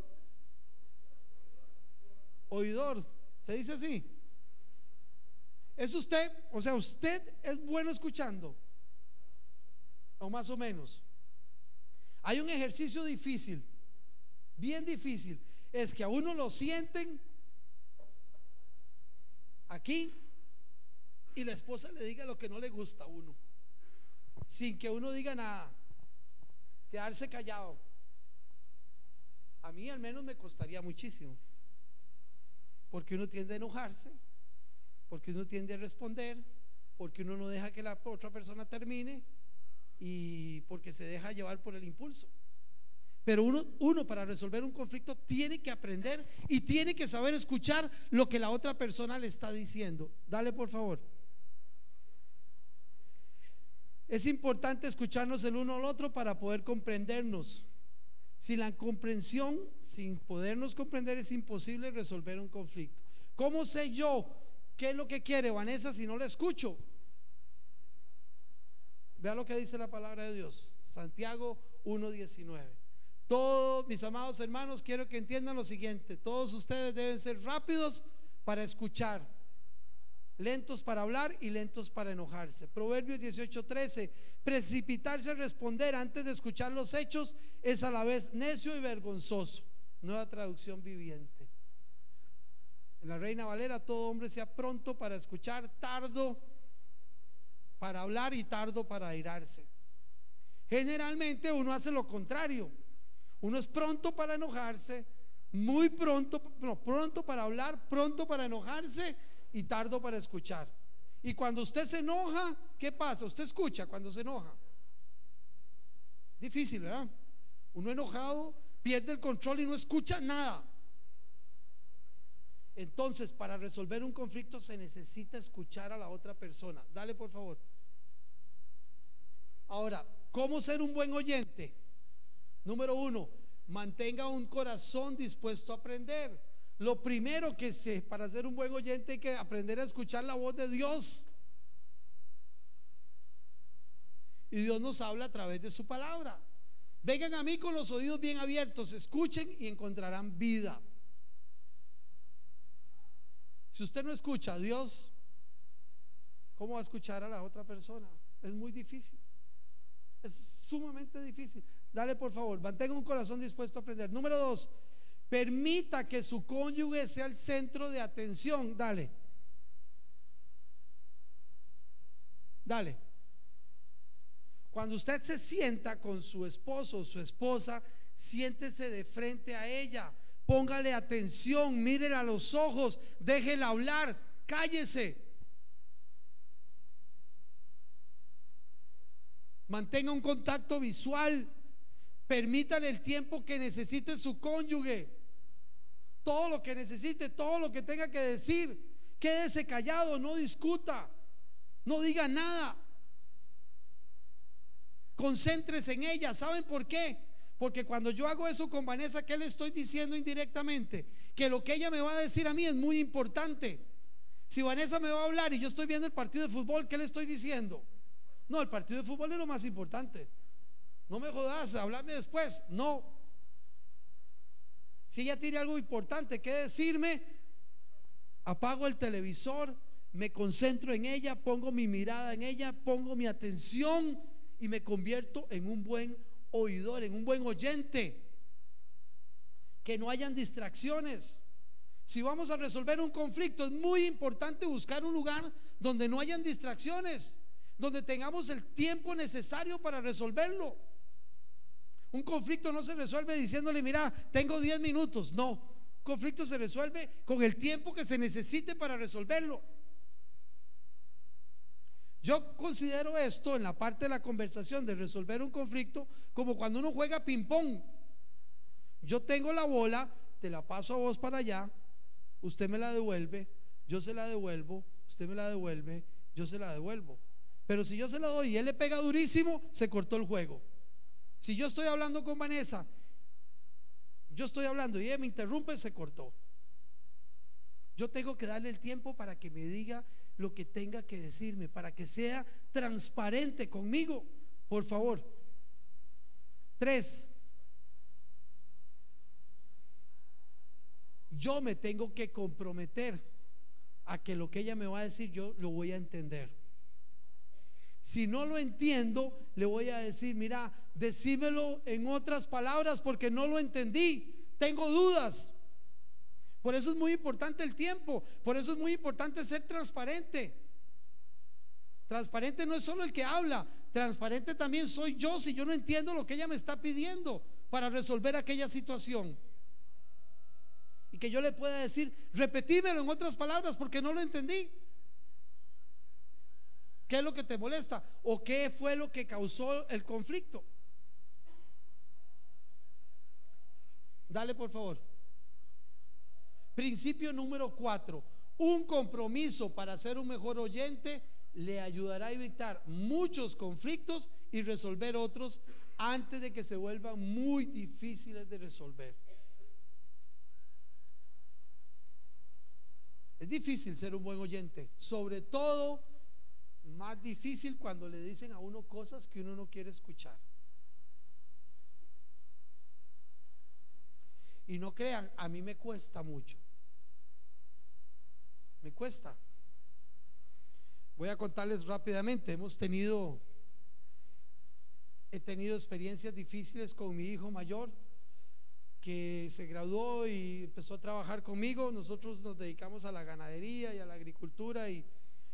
Oidor, ¿se dice así? ¿Es usted, o sea, usted es bueno escuchando? O más o menos. Hay un ejercicio difícil, bien difícil, es que a uno lo sienten aquí y la esposa le diga lo que no le gusta a uno, sin que uno diga nada, quedarse callado. A mí al menos me costaría muchísimo, porque uno tiende a enojarse, porque uno tiende a responder, porque uno no deja que la otra persona termine y porque se deja llevar por el impulso. Pero uno para resolver un conflicto tiene que aprender y tiene que saber escuchar lo que la otra persona le está diciendo. Dale, por favor. Es importante escucharnos el uno al otro para poder comprendernos. Sin la comprensión, sin podernos comprender, es imposible resolver un conflicto. ¿Cómo sé yo qué es lo que quiere Vanessa si no la escucho? Vea lo que dice la palabra de Dios, Santiago 1:19. Todos mis amados hermanos, quiero que entiendan lo siguiente: todos ustedes deben ser rápidos para escuchar, lentos para hablar y lentos para enojarse. Proverbios 18:13. Precipitarse a responder antes de escuchar los hechos es a la vez necio y vergonzoso. Nueva traducción viviente. En la Reina Valera: todo hombre sea pronto para escuchar, tardo para hablar y tardo para airarse. Generalmente uno hace lo contrario. Uno es pronto para enojarse, muy pronto, pronto para hablar, pronto para enojarse y tardo para escuchar. Y cuando usted se enoja, ¿qué pasa? Usted escucha cuando se enoja. Difícil, ¿verdad? Uno enojado pierde el control y no escucha nada. Entonces, para resolver un conflicto se necesita escuchar a la otra persona. Dale, por favor. Ahora, ¿cómo ser un buen oyente? Número 1, mantenga un corazón dispuesto a aprender. Lo primero que para ser un buen oyente hay que aprender a escuchar la voz de Dios. Y Dios nos habla a través de su palabra. Vengan a mí con los oídos bien abiertos, escuchen y encontrarán vida. Si usted no escucha a Dios, ¿cómo va a escuchar a la otra persona? Es muy difícil. Es sumamente difícil. Dale, por favor, mantenga un corazón dispuesto a aprender. Número 2, permita que su cónyuge sea el centro de atención. Dale. Dale. Cuando usted se sienta con su esposo o su esposa, siéntese de frente a ella, póngale atención, mírela a los ojos, déjela hablar, cállese. Mantenga un contacto visual, permítale el tiempo que necesite su cónyuge, todo lo que necesite, todo lo que tenga que decir. Quédese callado, no discuta, no diga nada, concéntrese en ella. ¿Saben por qué? Porque cuando yo hago eso con Vanessa, ¿qué le estoy diciendo indirectamente? Que lo que ella me va a decir a mí es muy importante. Si Vanessa me va a hablar y yo estoy viendo el partido de fútbol, ¿qué le estoy diciendo? No, el partido de fútbol es lo más importante. No me jodas, háblame después. No. Si ella tiene algo importante que decirme, apago el televisor, me concentro en ella, pongo mi mirada en ella, pongo mi atención y me convierto en un buen oidor, en un buen oyente. Que no hayan distracciones. Si vamos a resolver un conflicto, es muy importante buscar un lugar donde no hayan distracciones, donde tengamos el tiempo necesario para resolverlo. Un conflicto no se resuelve diciéndole: mira, tengo 10 minutos. No, conflicto se resuelve con el tiempo que se necesite para resolverlo. Yo considero esto en la parte de la conversación de resolver un conflicto como cuando uno juega ping pong. Yo tengo la bola, te la paso a vos para allá, usted me la devuelve, yo se la devuelvo, usted me la devuelve, yo se la devuelvo. Pero si yo se la doy y él le pega durísimo, se cortó el juego. Si yo estoy hablando con Vanessa, yo estoy hablando y ella me interrumpe, se cortó. Yo tengo que darle el tiempo para que me diga lo que tenga que decirme, para que sea transparente conmigo, por favor. 3, yo me tengo que comprometer a que lo que ella me va a decir yo lo voy a entender. Si no lo entiendo, le voy a decir: mira, decímelo en otras palabras porque no lo entendí, tengo dudas. Por eso es muy importante el tiempo, por eso es muy importante ser transparente. Transparente no es solo el que habla, transparente también soy yo si yo no entiendo lo que ella me está pidiendo para resolver aquella situación. Y que yo le pueda decir: repetímelo en otras palabras porque no lo entendí. ¿Qué es lo que te molesta? ¿O qué fue lo que causó el conflicto? Dale, por favor. Principio número 4: un compromiso para ser un mejor oyente le ayudará a evitar muchos conflictos y resolver otros antes de que se vuelvan muy difíciles de resolver. Es difícil ser un buen oyente, sobre todo más difícil cuando le dicen a uno cosas que uno no quiere escuchar. Y no crean, a mí me cuesta mucho. Me cuesta. Voy a contarles rápidamente. He tenido experiencias difíciles con mi hijo mayor, que se graduó y empezó a trabajar conmigo. Nosotros nos dedicamos a la ganadería y a la agricultura y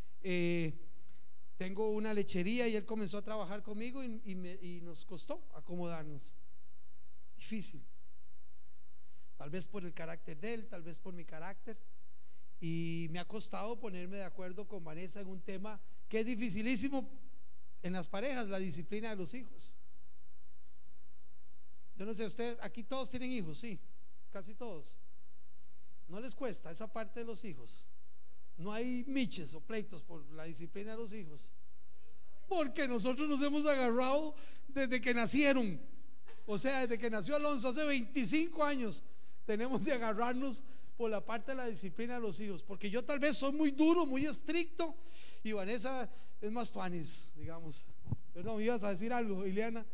tengo una lechería y él comenzó a trabajar conmigo y nos costó acomodarnos. Difícil. Tal vez por el carácter de él, tal vez por mi carácter. Y me ha costado ponerme de acuerdo con Vanessa en un tema que es dificilísimo en las parejas: la disciplina de los hijos. Yo no sé, ustedes, aquí todos tienen hijos, sí, casi todos. ¿No les cuesta esa parte de los hijos? No hay miches o pleitos por la disciplina de los hijos, porque nosotros nos hemos agarrado desde que nacieron. O sea, desde que nació Alonso hace 25 años tenemos de agarrarnos por la parte de la disciplina de los hijos, porque yo tal vez soy muy duro, muy estricto, y Vanessa es más tuanis, digamos. Perdón, ibas a decir algo, Ileana.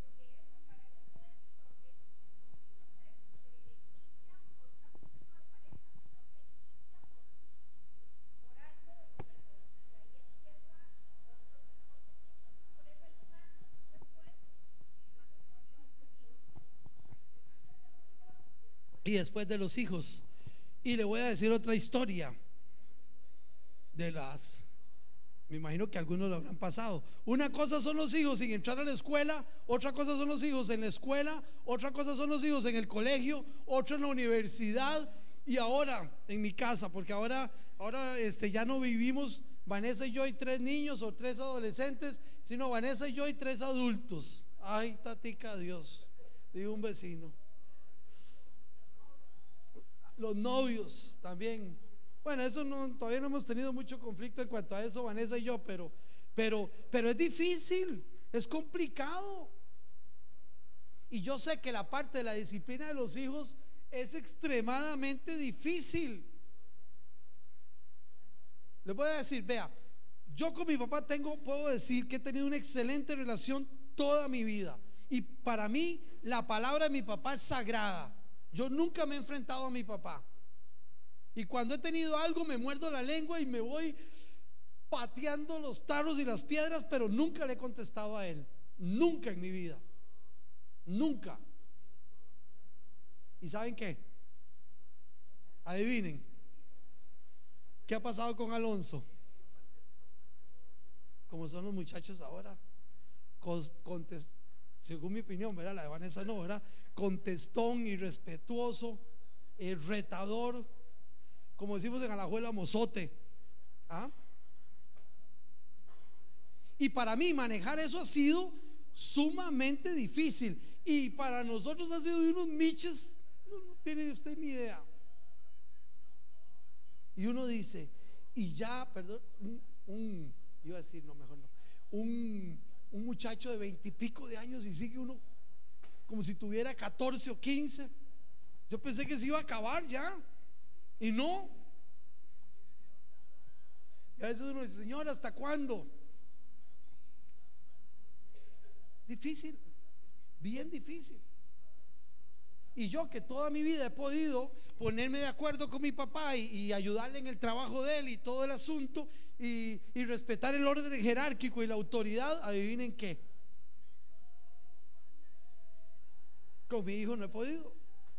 Y después de los hijos, y le voy a decir otra historia me imagino que algunos lo habrán pasado. Una cosa son los hijos sin entrar a la escuela, otra cosa son los hijos en la escuela, otra cosa son los hijos en el colegio, otra en la universidad y ahora en mi casa, porque ahora ya no vivimos Vanessa y yo y 3 niños o 3 adolescentes, sino Vanessa y yo y 3 adultos. Ay, tatica Dios, digo un vecino. Los novios también. Bueno, eso todavía no hemos tenido mucho conflicto en cuanto a eso, Vanessa y yo, pero es difícil, es complicado. Y yo sé que la parte de la disciplina de los hijos es extremadamente difícil. Les voy a decir, vea, yo con mi papá puedo decir que he tenido una excelente relación toda mi vida. Y para mí la palabra de mi papá es sagrada. Yo nunca me he enfrentado a mi papá. Y cuando he tenido algo me muerdo la lengua y me voy pateando los tarros y las piedras, pero nunca le he contestado a él. Nunca en mi vida. Nunca. ¿Y saben qué? Adivinen. ¿Qué ha pasado con Alonso? Como son los muchachos ahora. Según mi opinión, ¿verdad? La de Vanessa no, ¿verdad? Contestón, irrespetuoso. retador, como decimos en Alajuela, mozote. ¿Ah? Y para mí manejar eso ha sido sumamente difícil. Y para nosotros ha sido de unos miches, no tiene usted ni idea. Y uno dice, y ya, perdón, iba a decir, no, mejor no, un muchacho de 20 y pico de años y sigue uno como si tuviera 14 o 15. Yo pensé que se iba a acabar ya, y no. Y a veces uno dice, Señor, ¿hasta cuándo? Difícil, bien difícil. Y yo que toda mi vida he podido ponerme de acuerdo con mi papá y ayudarle en el trabajo de él y todo el asunto y respetar el orden jerárquico y la autoridad, adivinen qué, con mi hijo no he podido,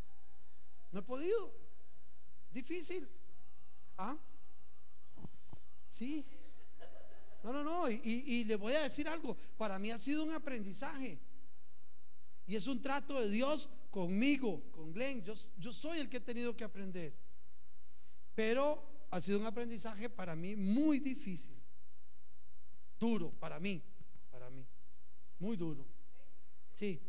difícil. ¿Ah? Sí. No, y le voy a decir algo, para mí ha sido un aprendizaje y es un trato de Dios conmigo, con Glenn. Yo soy el que he tenido que aprender, pero ha sido un aprendizaje para mí muy difícil, duro para mí, muy duro. Sí.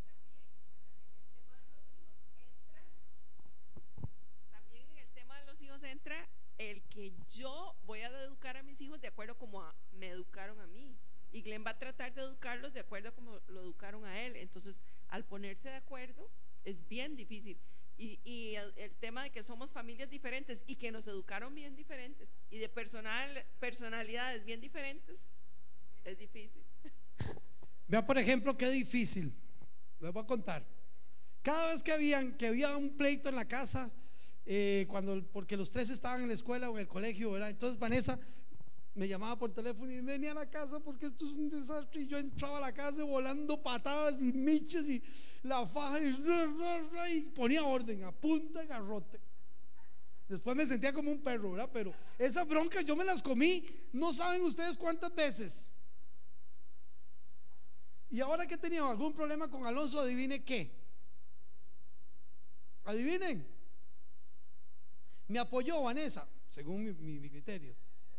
También en el tema de los hijos entra el que yo voy a educar a mis hijos de acuerdo como me educaron a mí, y Glenn va a tratar de educarlos de acuerdo a como lo educaron a él. Entonces, al ponerse de acuerdo es bien difícil. Y el tema de que somos familias diferentes y que nos educaron bien diferentes y de personalidades bien diferentes es difícil. Vea, por ejemplo, qué difícil. Les voy a contar. Cada vez que había un pleito en la casa, porque los tres estaban en la escuela o en el colegio, ¿verdad? Entonces Vanessa me llamaba por teléfono y venía a la casa porque esto es un desastre. Y yo entraba a la casa volando patadas y miches y la faja y ponía orden a punta de garrote. Después me sentía como un perro, ¿verdad? Pero esas broncas yo me las comí, no saben ustedes cuántas veces. Y ahora que he tenido algún problema con Alonso, adivine qué. Adivinen. Me apoyó Vanessa, según mi criterio.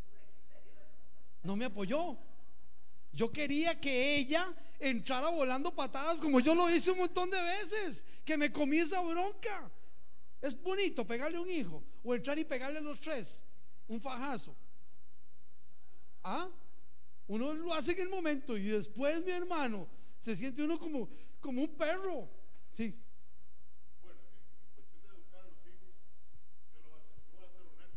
No me apoyó. Yo quería que ella entrara volando patadas como yo lo hice un montón de veces, que me comí esa bronca. Es bonito pegarle a un hijo o entrar y pegarle a los tres un fajazo. ¿Ah? Uno lo hace en el momento y después, mi hermano, se siente uno como un perro. Sí. Bueno, en cuestión de educar a los hijos, yo voy a ser honesto.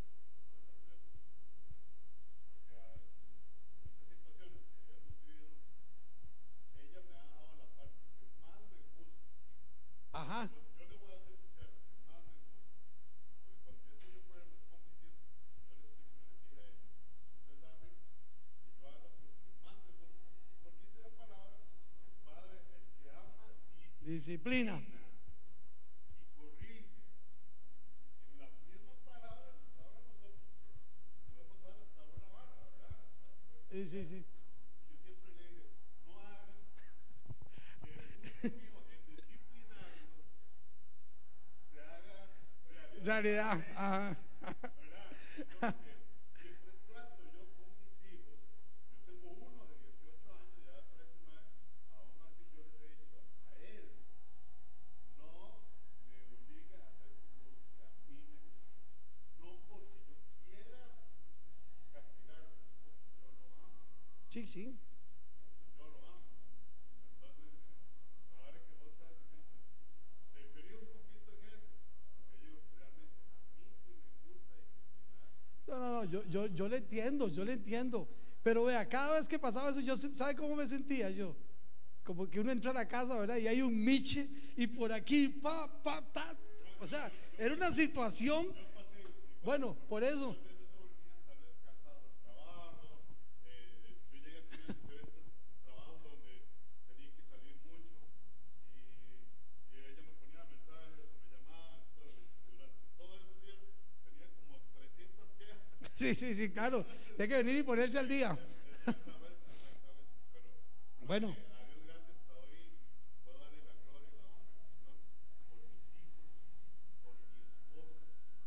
Porque a estas situaciones que hemos vivido, ella me ha dado la parte que más me gusta. Ajá. Yo le voy a ser sincero, que más me gusta. Porque cuando yo he tenido problemas con mis hijos, yo les dije a ellos, usted sabe que yo hago lo que más me gusta. Porque dice la palabra, el padre, el que ama, Disciplina. y corrige. En las mismas palabras nos habla a nosotros que podemos dar hasta una vara, ¿verdad? Sí. Yo siempre le dije, no hagan que el gusto mío en disciplinarlos se haga realidad, Realidad. Ajá. ¿verdad? Siempre trato yo con mis hijos. Yo tengo uno de 18 años, ya va para 19, aún así yo les he dicho a él, no me obliga a hacer lo que a mí me gusta. No porque yo quiera castigarlo, porque yo lo amo. Sí. Yo lo amo. Entonces, ahora que vos estás diciendo, deferí un poquito en eso, porque yo realmente a mí sí me gusta disciplinar. No, yo le entiendo. Pero vea, cada vez que pasaba eso, ¿sabe cómo me sentía yo? Como que uno entra a la casa, ¿verdad? Y hay un miche y por aquí, o sea, era una situación. Bueno, por eso. Tal vez cansado del trabajo, yo llegué a tener diferentes trabajos donde tenía que salir mucho y ella me ponía mensajes o me llamaba. Entonces, durante todos esos días tenía como 300 quejas. Sí, claro. Hay que venir y ponerse al día. Exactamente. Pero Bueno, a Dios gracias, hasta hoy puedo darle la gloria y la honra al Señor por mis hijos, por mi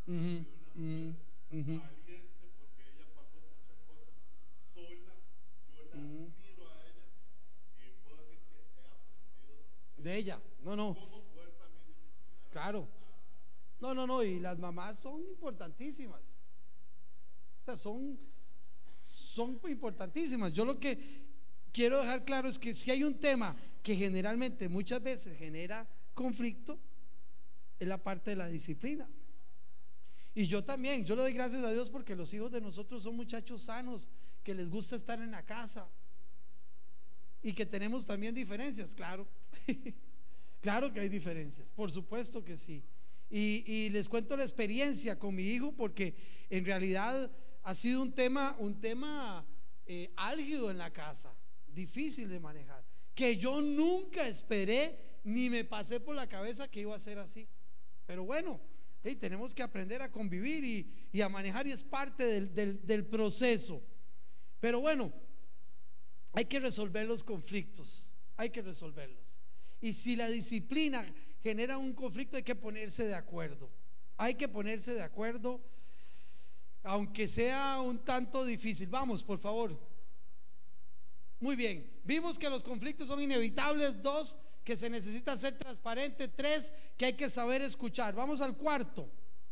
Ujú, ujú, ujú, valiente porque ella pasó muchas cosas sola. Yo la ujú. admiro a ella y puedo decir que he aprendido De ella, no, no, cómo poder también disciplinar claro, no, no, no, y las mamás son importantísimas, o sea, son importantísimas. Yo lo que quiero dejar claro es que si hay un tema que generalmente muchas veces genera conflicto, es la parte de la disciplina. Y yo también, yo le doy gracias a Dios porque los hijos de nosotros son muchachos sanos, que les gusta estar en la casa y que tenemos también diferencias, claro. Claro que hay diferencias, por supuesto que sí. Y les cuento la experiencia con mi hijo porque en realidad ha sido un tema álgido en la casa, difícil de manejar, que yo nunca esperé ni me pasé por la cabeza que iba a ser así. Pero bueno, tenemos que aprender a convivir y a manejar y es parte del proceso. Pero bueno, hay que resolver los conflictos, hay que resolverlos. Y si la disciplina genera un conflicto, hay que ponerse de acuerdo. Hay que ponerse de acuerdo, aunque sea un tanto difícil. Vamos, por favor. Muy bien. Vimos que los conflictos son inevitables. 2, que se necesita ser transparente. 3, que hay que saber escuchar. Vamos al cuarto.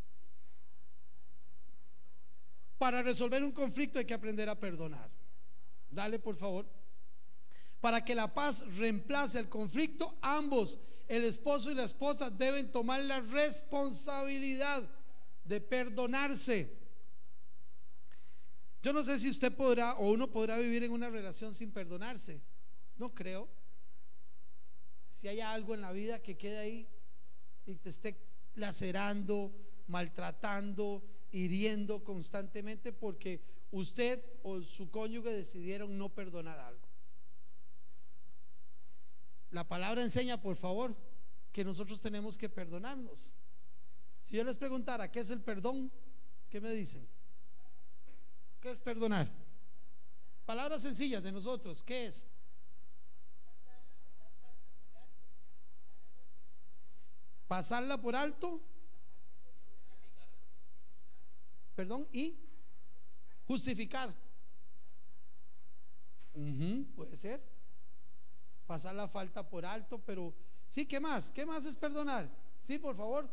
Para resolver un conflicto hay que aprender a perdonar. Dale, por favor. Para que la paz reemplace el conflicto, ambos, el esposo y la esposa, deben tomar la responsabilidad de perdonarse. Yo no sé si usted podrá o uno podrá vivir en una relación sin perdonarse. No creo. Si hay algo en la vida que quede ahí y te esté lacerando, maltratando, hiriendo constantemente porque usted o su cónyuge decidieron no perdonar algo. La palabra enseña, por favor, que nosotros tenemos que perdonarnos. Si yo les preguntara qué es el perdón, ¿qué me dicen? ¿Qué es perdonar? Palabras sencillas de nosotros, ¿qué es? Pasarla por alto, perdón, y justificar. Puede ser. Pasar la falta por alto, pero sí, ¿qué más? ¿Qué más es perdonar? Sí, por favor.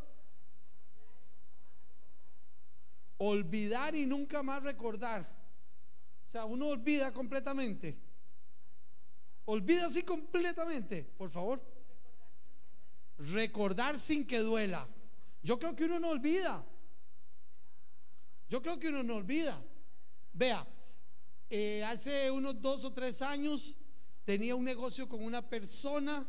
Olvidar y nunca más recordar. O sea, uno olvida completamente. Olvida así completamente, por favor. Recordar sin que duela. Yo creo que uno no olvida. Yo creo que uno no olvida. Vea, hace unos 2 o 3 años tenía un negocio con una persona.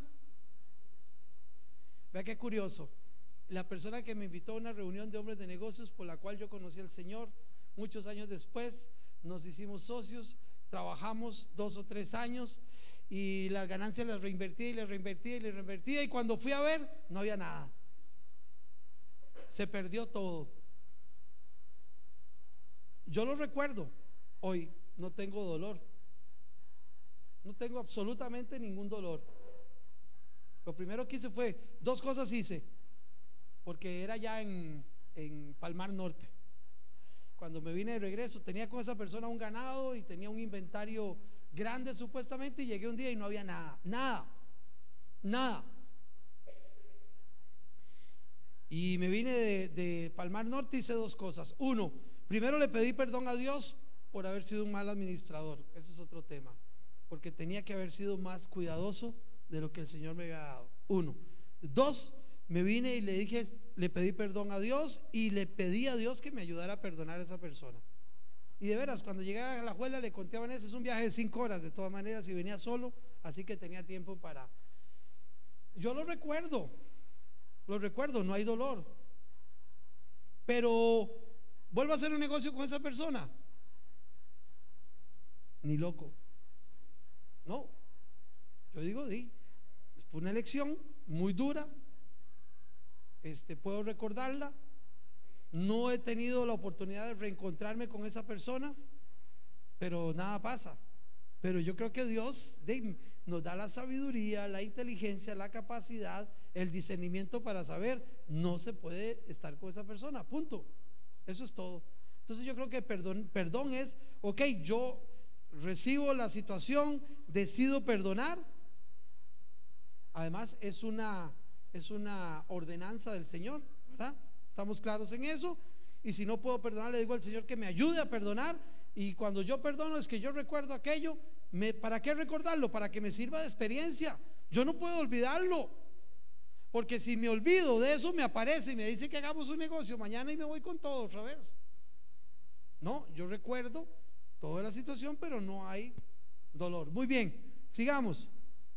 Vea qué curioso. La persona que me invitó a una reunión de hombres de negocios por la cual yo conocí al Señor, muchos años después nos hicimos socios, trabajamos 2 o 3 años y las ganancias las reinvertía y las reinvertía y las reinvertía, y cuando fui a ver no había nada, se perdió todo. Yo lo recuerdo hoy, no tengo dolor, no tengo absolutamente ningún dolor. Lo primero que hice fue 2 cosas hice, porque era ya en Palmar Norte. Cuando me vine de regreso, tenía con esa persona un ganado y tenía un inventario grande supuestamente, y llegué un día y no había nada, nada, nada. Y me vine de Palmar Norte, hice 2 cosas. 1, primero le pedí perdón a Dios por haber sido un mal administrador. Eso es otro tema, porque tenía que haber sido más cuidadoso de lo que el Señor me había dado. 1. 2, me vine y le dije, le pedí perdón a Dios y le pedí a Dios que me ayudara a perdonar a esa persona. Y de veras, cuando llegué a la Alajuela le conté a Vanessa, es un viaje de 5 horas de todas maneras, y venía solo, así que tenía tiempo para. Yo lo recuerdo, no hay dolor, pero vuelvo a hacer un negocio con esa persona, ni loco. No, yo digo, fue una elección muy dura. Puedo recordarla. No he tenido la oportunidad de reencontrarme con esa persona, pero nada pasa. Pero yo creo que Dios nos da la sabiduría, la inteligencia, la capacidad el discernimiento para saber, no se puede estar con esa persona, punto. Eso es todo. Entonces yo creo que perdón es, ok, yo recibo la situación, decido perdonar. Además es una ordenanza del Señor, ¿verdad? ¿Estamos claros en eso? Y si no puedo perdonar, le digo al Señor que me ayude a perdonar. Y cuando yo perdono es que yo recuerdo aquello. ¿Para qué recordarlo? Para que me sirva de experiencia. Yo no puedo olvidarlo, porque si me olvido de eso, me aparece y me dice que hagamos un negocio mañana y me voy con todo otra vez. No, yo recuerdo toda la situación, pero no hay dolor. Muy bien, sigamos.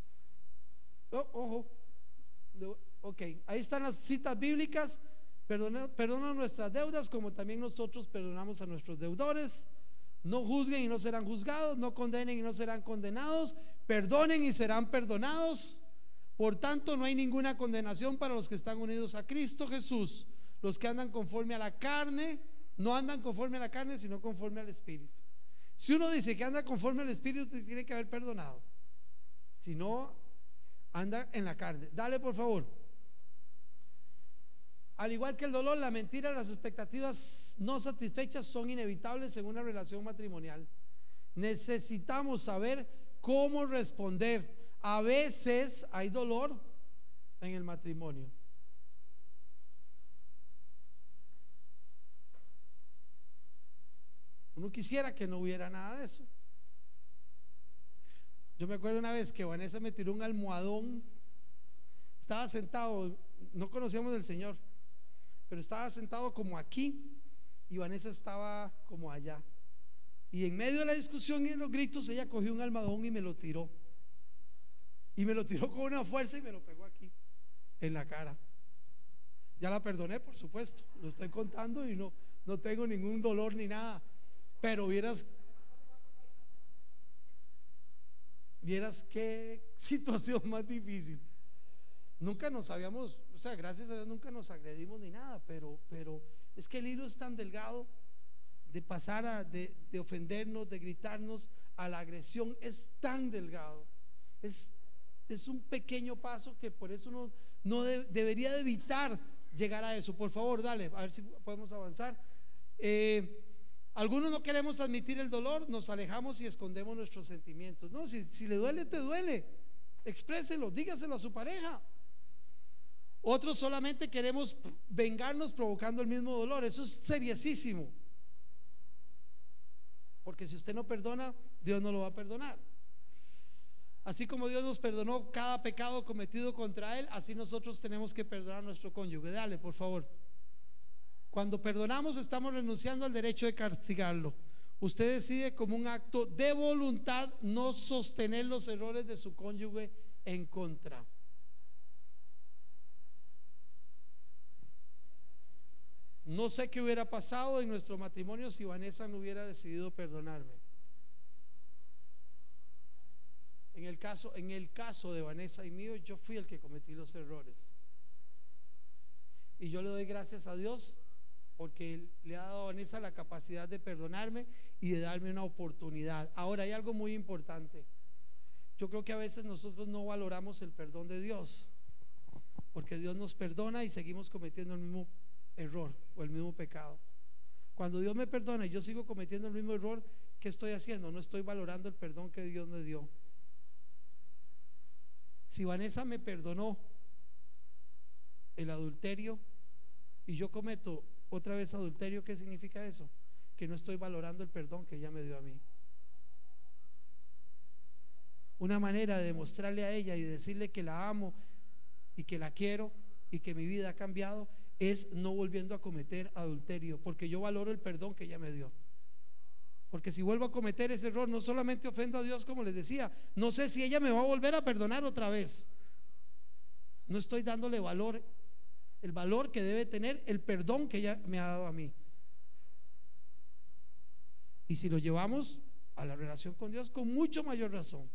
Ojo. Ok, ahí están las citas bíblicas. Perdona nuestras deudas como también nosotros perdonamos a nuestros deudores. No juzguen y no serán juzgados, no condenen y no serán condenados, perdonen y serán perdonados. Por tanto, no hay ninguna condenación para los que están unidos a Cristo Jesús. Los que andan conforme a la carne, no andan conforme a la carne, sino conforme al Espíritu. Si uno dice que anda conforme al Espíritu, te tiene que haber perdonado. Si no, anda en la carne. Dale, por favor. Al igual que el dolor, la mentira, las expectativas no satisfechas son inevitables en una relación matrimonial. Necesitamos saber cómo responder. A veces hay dolor en el matrimonio. Uno quisiera que no hubiera nada de eso. Yo me acuerdo una vez que Vanessa me tiró un almohadón. Estaba sentado, no conocíamos del Señor, pero estaba sentado como aquí y Vanessa estaba como allá. Y en medio de la discusión y de los gritos, ella cogió un almohadón y me lo tiró. Y me lo tiró con una fuerza y me lo pegó aquí, en la cara. Ya la perdoné, por supuesto. Lo estoy contando y no tengo ningún dolor ni nada. Pero vieras qué situación más difícil. Nunca nos habíamos, o sea, gracias a Dios nunca nos agredimos ni nada, pero es que el hilo es tan delgado de pasar de ofendernos, de gritarnos a la agresión, es tan delgado. Es un pequeño paso que por eso no debería de evitar llegar a eso. Por favor, dale, a ver si podemos avanzar. Algunos no queremos admitir el dolor, nos alejamos y escondemos nuestros sentimientos. No, si le duele, te duele, expréselo, dígaselo a su pareja. Otros solamente queremos vengarnos provocando el mismo dolor. Eso es seriosísimo, porque si usted no perdona, Dios no lo va a perdonar. Así como Dios nos perdonó cada pecado cometido contra Él, así nosotros tenemos que perdonar a nuestro cónyuge. Dale, por favor. Cuando perdonamos, estamos renunciando al derecho de castigarlo. Usted decide como un acto de voluntad no sostener los errores de su cónyuge en contra. No sé qué hubiera pasado en nuestro matrimonio si Vanessa no hubiera decidido perdonarme. En el caso de Vanessa y mío, yo fui el que cometí los errores. Y yo le doy gracias a Dios porque Él le ha dado a Vanessa la capacidad de perdonarme y de darme una oportunidad. Ahora hay algo muy importante. Yo creo que a veces nosotros no valoramos el perdón de Dios, porque Dios nos perdona y seguimos cometiendo el mismo error o el mismo pecado. Cuando Dios me perdona y yo sigo cometiendo el mismo error, ¿qué estoy haciendo? No estoy valorando el perdón que Dios me dio. Si Vanessa me perdonó el adulterio y yo cometo otra vez adulterio, ¿qué significa eso? Que no estoy valorando el perdón que ella me dio a mí. Una manera de demostrarle a ella y decirle que la amo y que la quiero y que mi vida ha cambiado es no volviendo a cometer adulterio, porque yo valoro el perdón que ella me dio. Porque si vuelvo a cometer ese error, no solamente ofendo a Dios, como les decía, no sé si ella me va a volver a perdonar otra vez. No estoy dándole valor, el valor que debe tener el perdón que ella me ha dado a mí. Y si lo llevamos a la relación con Dios, con mucho mayor razón.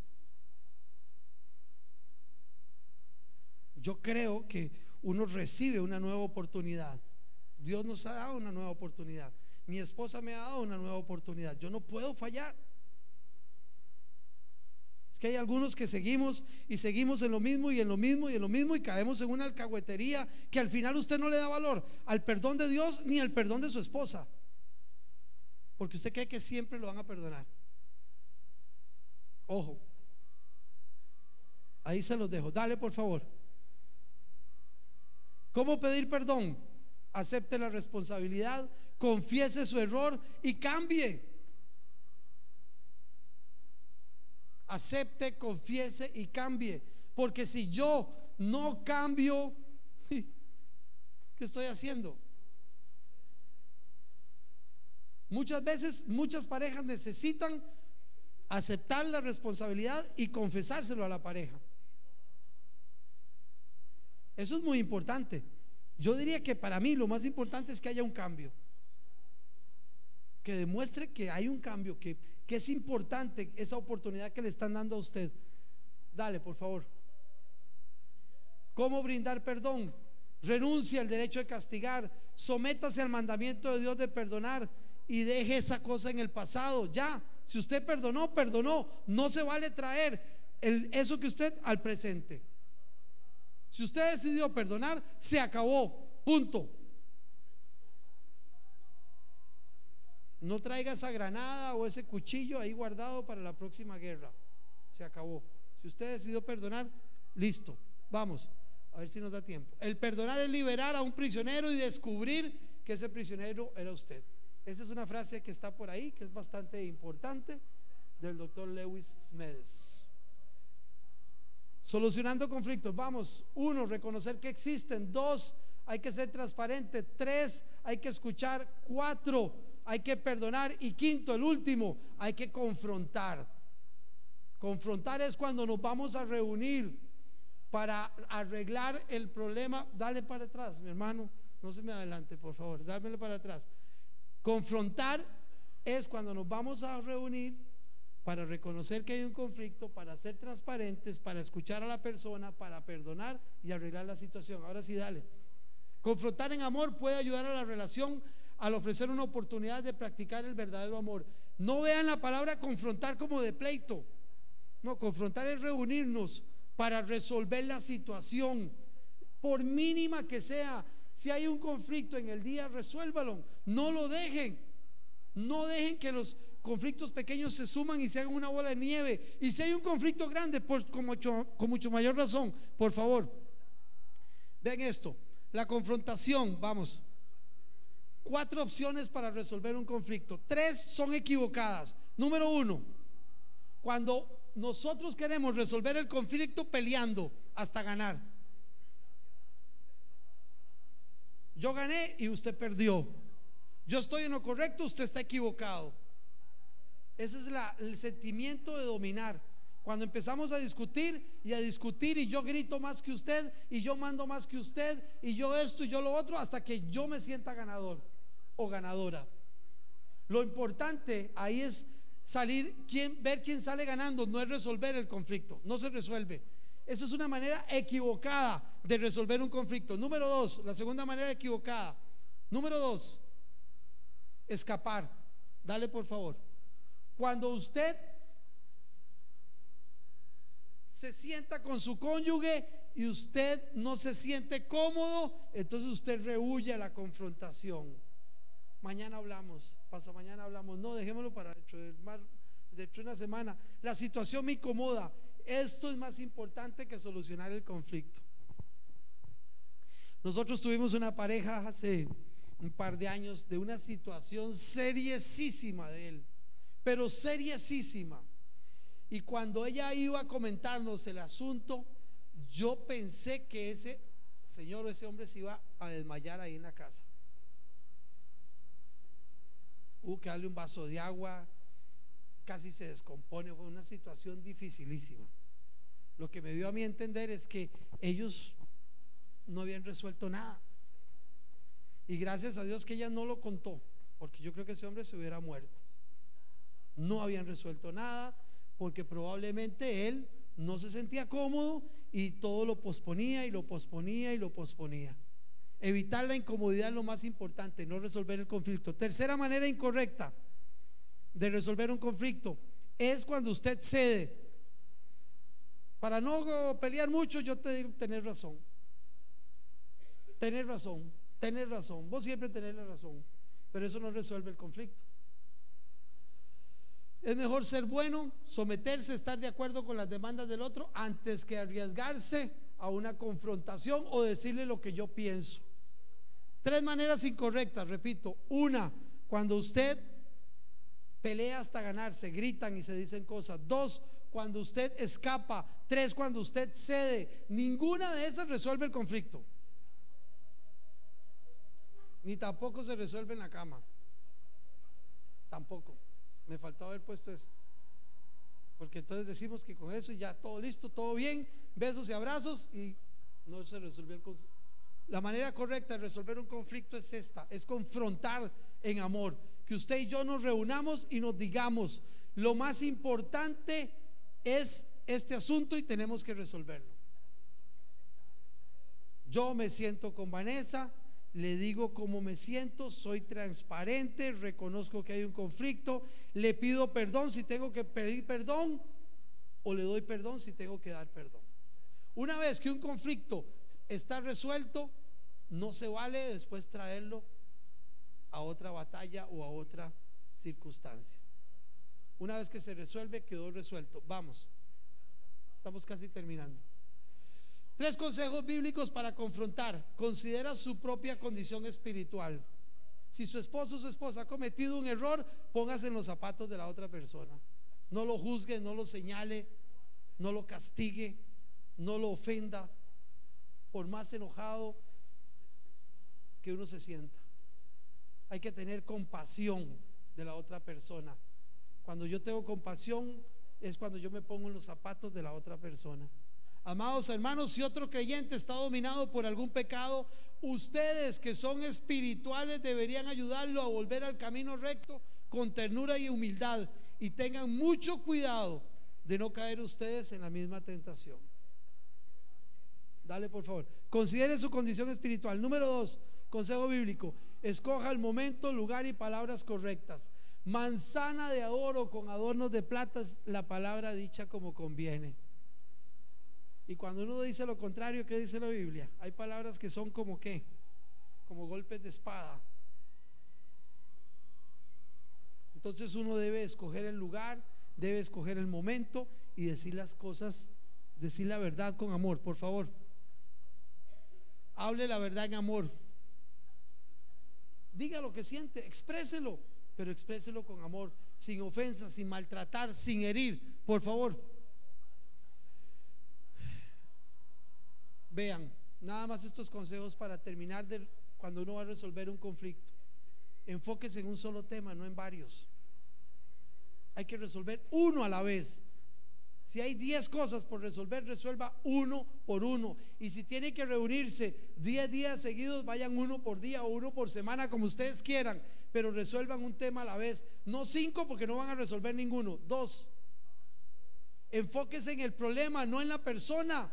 Yo creo que uno recibe una nueva oportunidad. Dios nos ha dado una nueva oportunidad. Mi esposa me ha dado una nueva oportunidad. Yo no puedo fallar. Es que hay algunos que seguimos y seguimos en lo mismo y en lo mismo y en lo mismo, y caemos en una alcahuetería que al final usted no le da valor al perdón de Dios ni al perdón de su esposa, porque usted cree que siempre lo van a perdonar. Ojo, ahí se los dejo. Dale, por favor. ¿Cómo pedir perdón? Acepte la responsabilidad, confiese su error y cambie. Acepte, confiese y cambie. Porque si yo no cambio, ¿qué estoy haciendo? Muchas veces, muchas parejas necesitan aceptar la responsabilidad y confesárselo a la pareja. Eso es muy importante. Yo diría que para mí lo más importante es que haya un cambio, que demuestre que hay un cambio, que es importante esa oportunidad que le están dando a usted. Dale, por favor. ¿Cómo brindar perdón? Renuncie al derecho de castigar, sométase al mandamiento de Dios de perdonar y deje esa cosa en el pasado. Ya, si usted perdonó, perdonó. No se vale traer eso que usted al presente. Si usted decidió perdonar, se acabó, punto. No traiga esa granada o ese cuchillo ahí guardado para la próxima guerra. Se acabó. Si usted decidió perdonar, listo. Vamos, a ver si nos da tiempo. El perdonar es liberar a un prisionero y descubrir que ese prisionero era usted. Esa es una frase que está por ahí, que es bastante importante, del doctor Lewis Smedes. Solucionando conflictos. Vamos. 1, reconocer que existen. 2, hay que ser transparente. 3, hay que escuchar. 4, hay que perdonar. Y 5, el último, hay que confrontar. Confrontar es cuando nos vamos a reunir para arreglar el problema. Dale para atrás, mi hermano, no se me adelante, por favor, dámele para atrás. Confrontar es cuando nos vamos a reunir para reconocer que hay un conflicto, para ser transparentes, para escuchar a la persona, para perdonar y arreglar la situación. Ahora sí, dale. Confrontar en amor puede ayudar a la relación al ofrecer una oportunidad de practicar el verdadero amor. No vean la palabra confrontar como de pleito. No, confrontar es reunirnos para resolver la situación, por mínima que sea. Si hay un conflicto en el día, resuélvalo. No lo dejen. No dejen que los conflictos pequeños se suman y se hagan una bola de nieve. Y si hay un conflicto grande, pues con mucho mayor razón, por favor. Vean esto, la confrontación, vamos. 4 opciones para resolver un conflicto. 3 son equivocadas. Número 1, cuando nosotros queremos resolver el conflicto peleando hasta ganar. Yo gané y usted perdió. Yo estoy en lo correcto, usted está equivocado. Ese es el sentimiento de dominar. Cuando empezamos a discutir y yo grito más que usted y yo mando más que usted y yo esto y yo lo otro, hasta que yo me sienta ganador o ganadora. Lo importante ahí es ver quién sale ganando, no es resolver el conflicto. No se resuelve. Eso es una manera equivocada de resolver un conflicto. Número 2, la segunda manera equivocada. Número 2, escapar. Dale, por favor. Cuando usted se sienta con su cónyuge y usted no se siente cómodo, entonces usted rehuye la confrontación. Mañana hablamos, pasa mañana hablamos. No, dejémoslo para dentro de una semana. La situación me incomoda. Esto es más importante que solucionar el conflicto. Nosotros tuvimos una pareja hace un par de años de una situación seriosísima de él, pero seriosísima. Y cuando ella iba a comentarnos el asunto, yo pensé que ese señor o ese hombre se iba a desmayar ahí en la casa. Hubo que darle un vaso de agua, casi se descompone. Fue una situación dificilísima. Lo que me dio a mí a entender es que ellos no habían resuelto nada, y gracias a Dios que ella no lo contó, porque yo creo que ese hombre se hubiera muerto. No habían resuelto nada porque probablemente él no se sentía cómodo y todo lo posponía y lo posponía y lo posponía. Evitar la incomodidad es lo más importante, no resolver el conflicto. Tercera manera incorrecta de resolver un conflicto es cuando usted cede. Para no pelear mucho, yo te digo, tenés razón. Tenés razón, tenés razón. Vos siempre tenés la razón, pero eso no resuelve el conflicto. Es mejor ser bueno, someterse, estar de acuerdo con las demandas del otro, antes que arriesgarse a una confrontación o decirle lo que yo pienso. 3 maneras incorrectas, repito. Una, cuando usted pelea hasta ganarse, gritan y se dicen cosas. 2, cuando usted escapa. 3, cuando usted cede. Ninguna de esas resuelve el conflicto, ni tampoco se resuelve en la cama. Tampoco. Me faltó haber puesto eso, porque entonces decimos que con eso ya todo listo, todo bien, besos y abrazos, y no se resolvió el conflicto. La manera correcta de resolver un conflicto es esta: es confrontar en amor. Que usted y yo nos reunamos y nos digamos: lo más importante es este asunto y tenemos que resolverlo. Yo me siento con Vanessa, le digo cómo me siento, soy transparente, reconozco que hay un conflicto, le pido perdón si tengo que pedir perdón, o le doy perdón si tengo que dar perdón. Una vez que un conflicto está resuelto, no se vale después traerlo a otra batalla o a otra circunstancia. Una vez que se resuelve, quedó resuelto. Vamos, estamos casi terminando. 3 consejos bíblicos para confrontar. Considera su propia condición espiritual. Si su esposo o su esposa ha cometido un error, póngase en los zapatos de la otra persona. No lo juzgue, no lo señale, no lo castigue, no lo ofenda, por más enojado que uno se sienta. Hay que tener compasión de la otra persona. Cuando yo tengo compasión es cuando yo me pongo en los zapatos de la otra persona. Amados hermanos, si otro creyente está dominado por algún pecado, ustedes que son espirituales deberían ayudarlo a volver al camino recto con ternura y humildad, y tengan mucho cuidado de no caer ustedes en la misma tentación. Dale, por favor. Considere su condición espiritual. Número 2, consejo bíblico: escoja el momento, lugar y palabras correctas. Manzana de oro con adornos de plata es la palabra dicha como conviene. Y cuando uno dice lo contrario, ¿qué dice la Biblia? Hay palabras que son como ¿qué? Como golpes de espada. Entonces uno debe escoger el lugar, debe escoger el momento y decir las cosas, decir la verdad con amor. Por favor, hable la verdad en amor. Diga lo que siente, expréselo, pero expréselo con amor, sin ofensa, sin maltratar, sin herir. Por favor. Vean, nada más estos consejos para terminar cuando uno va a resolver un conflicto. Enfóquese en un solo tema, no en varios. Hay que resolver uno a la vez. Si hay 10 cosas por resolver, resuelva uno por uno. Y si tiene que reunirse 10 días seguidos, vayan uno por día o uno por semana, como ustedes quieran, pero resuelvan un tema a la vez. No 5, porque no van a resolver ninguno. 2, enfóquese en el problema, no en la persona.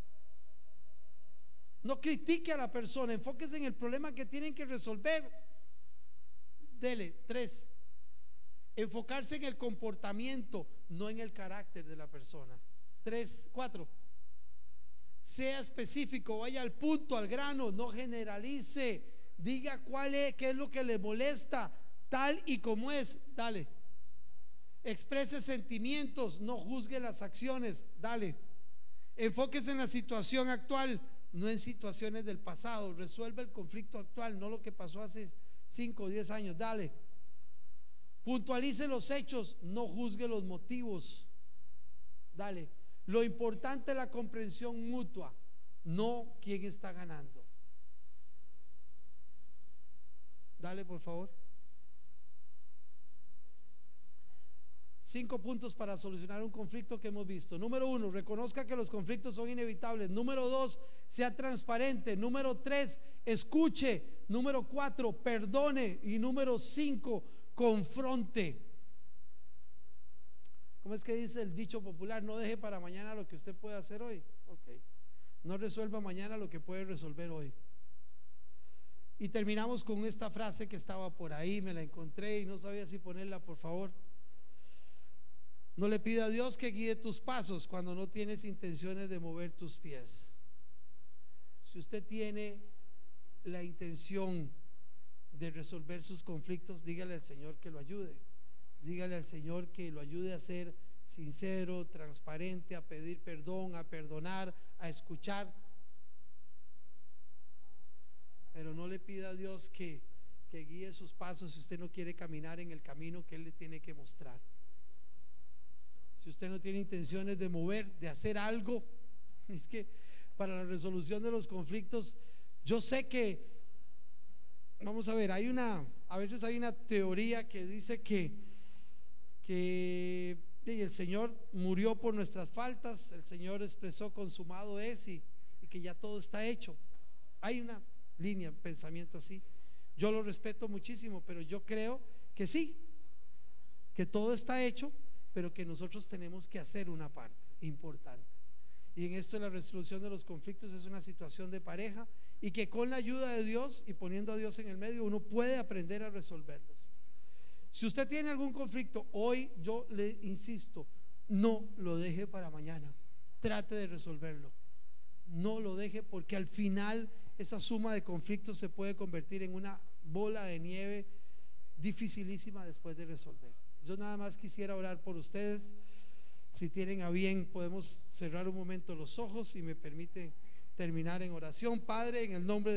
No critique a la persona, enfóquese en el problema que tienen que resolver. Dele. 3, enfocarse en el comportamiento, no en el carácter de la persona. 4, sea específico, vaya al punto, al grano, no generalice. Diga qué es lo que le molesta, tal y como es. Dale. Exprese sentimientos, no juzgue las acciones. Dale. Enfóquese en la situación actual, no en situaciones del pasado. Resuelve el conflicto actual, no lo que pasó hace 5 o 10 años. Dale. Puntualice los hechos, no juzgue los motivos. Dale. Lo importante es la comprensión mutua, no quién está ganando. Dale, por favor. 5 puntos para solucionar un conflicto que hemos visto. Número 1, reconozca que los conflictos son inevitables. Número 2, sea transparente. Número 3, escuche. Número 4, perdone. Y número 5, confronte. ¿Cómo es que dice el dicho popular? No deje para mañana lo que usted puede hacer hoy. Okay. No resuelva mañana lo que puede resolver hoy. Y terminamos con esta frase que estaba por ahí, me la encontré y no sabía si ponerla, por favor. No le pida a Dios que guíe tus pasos cuando no tienes intenciones de mover tus pies. Si usted tiene la intención de resolver sus conflictos, dígale al Señor que lo ayude. Dígale al Señor que lo ayude a ser sincero, transparente, a pedir perdón, a perdonar, a escuchar. Pero no le pida a Dios que guíe sus pasos si usted no quiere caminar en el camino que Él le tiene que mostrar. Si usted no tiene intenciones de mover, de hacer algo, es que para la resolución de los conflictos, yo sé que, vamos a ver, a veces hay una teoría que dice que el Señor murió por nuestras faltas, el Señor expresó consumado es y que ya todo está hecho. Hay una línea de pensamiento así. Yo lo respeto muchísimo, pero yo creo que sí, que todo está hecho, pero que nosotros tenemos que hacer una parte importante. Y en esto la resolución de los conflictos es una situación de pareja y que con la ayuda de Dios y poniendo a Dios en el medio uno puede aprender a resolverlos. Si usted tiene algún conflicto hoy, yo le insisto, no lo deje para mañana, trate de resolverlo. No lo deje, porque al final esa suma de conflictos se puede convertir en una bola de nieve dificilísima después de resolver. Yo nada más quisiera orar por ustedes. Si tienen a bien, podemos cerrar un momento los ojos y me permiten terminar en oración. Padre, en el nombre de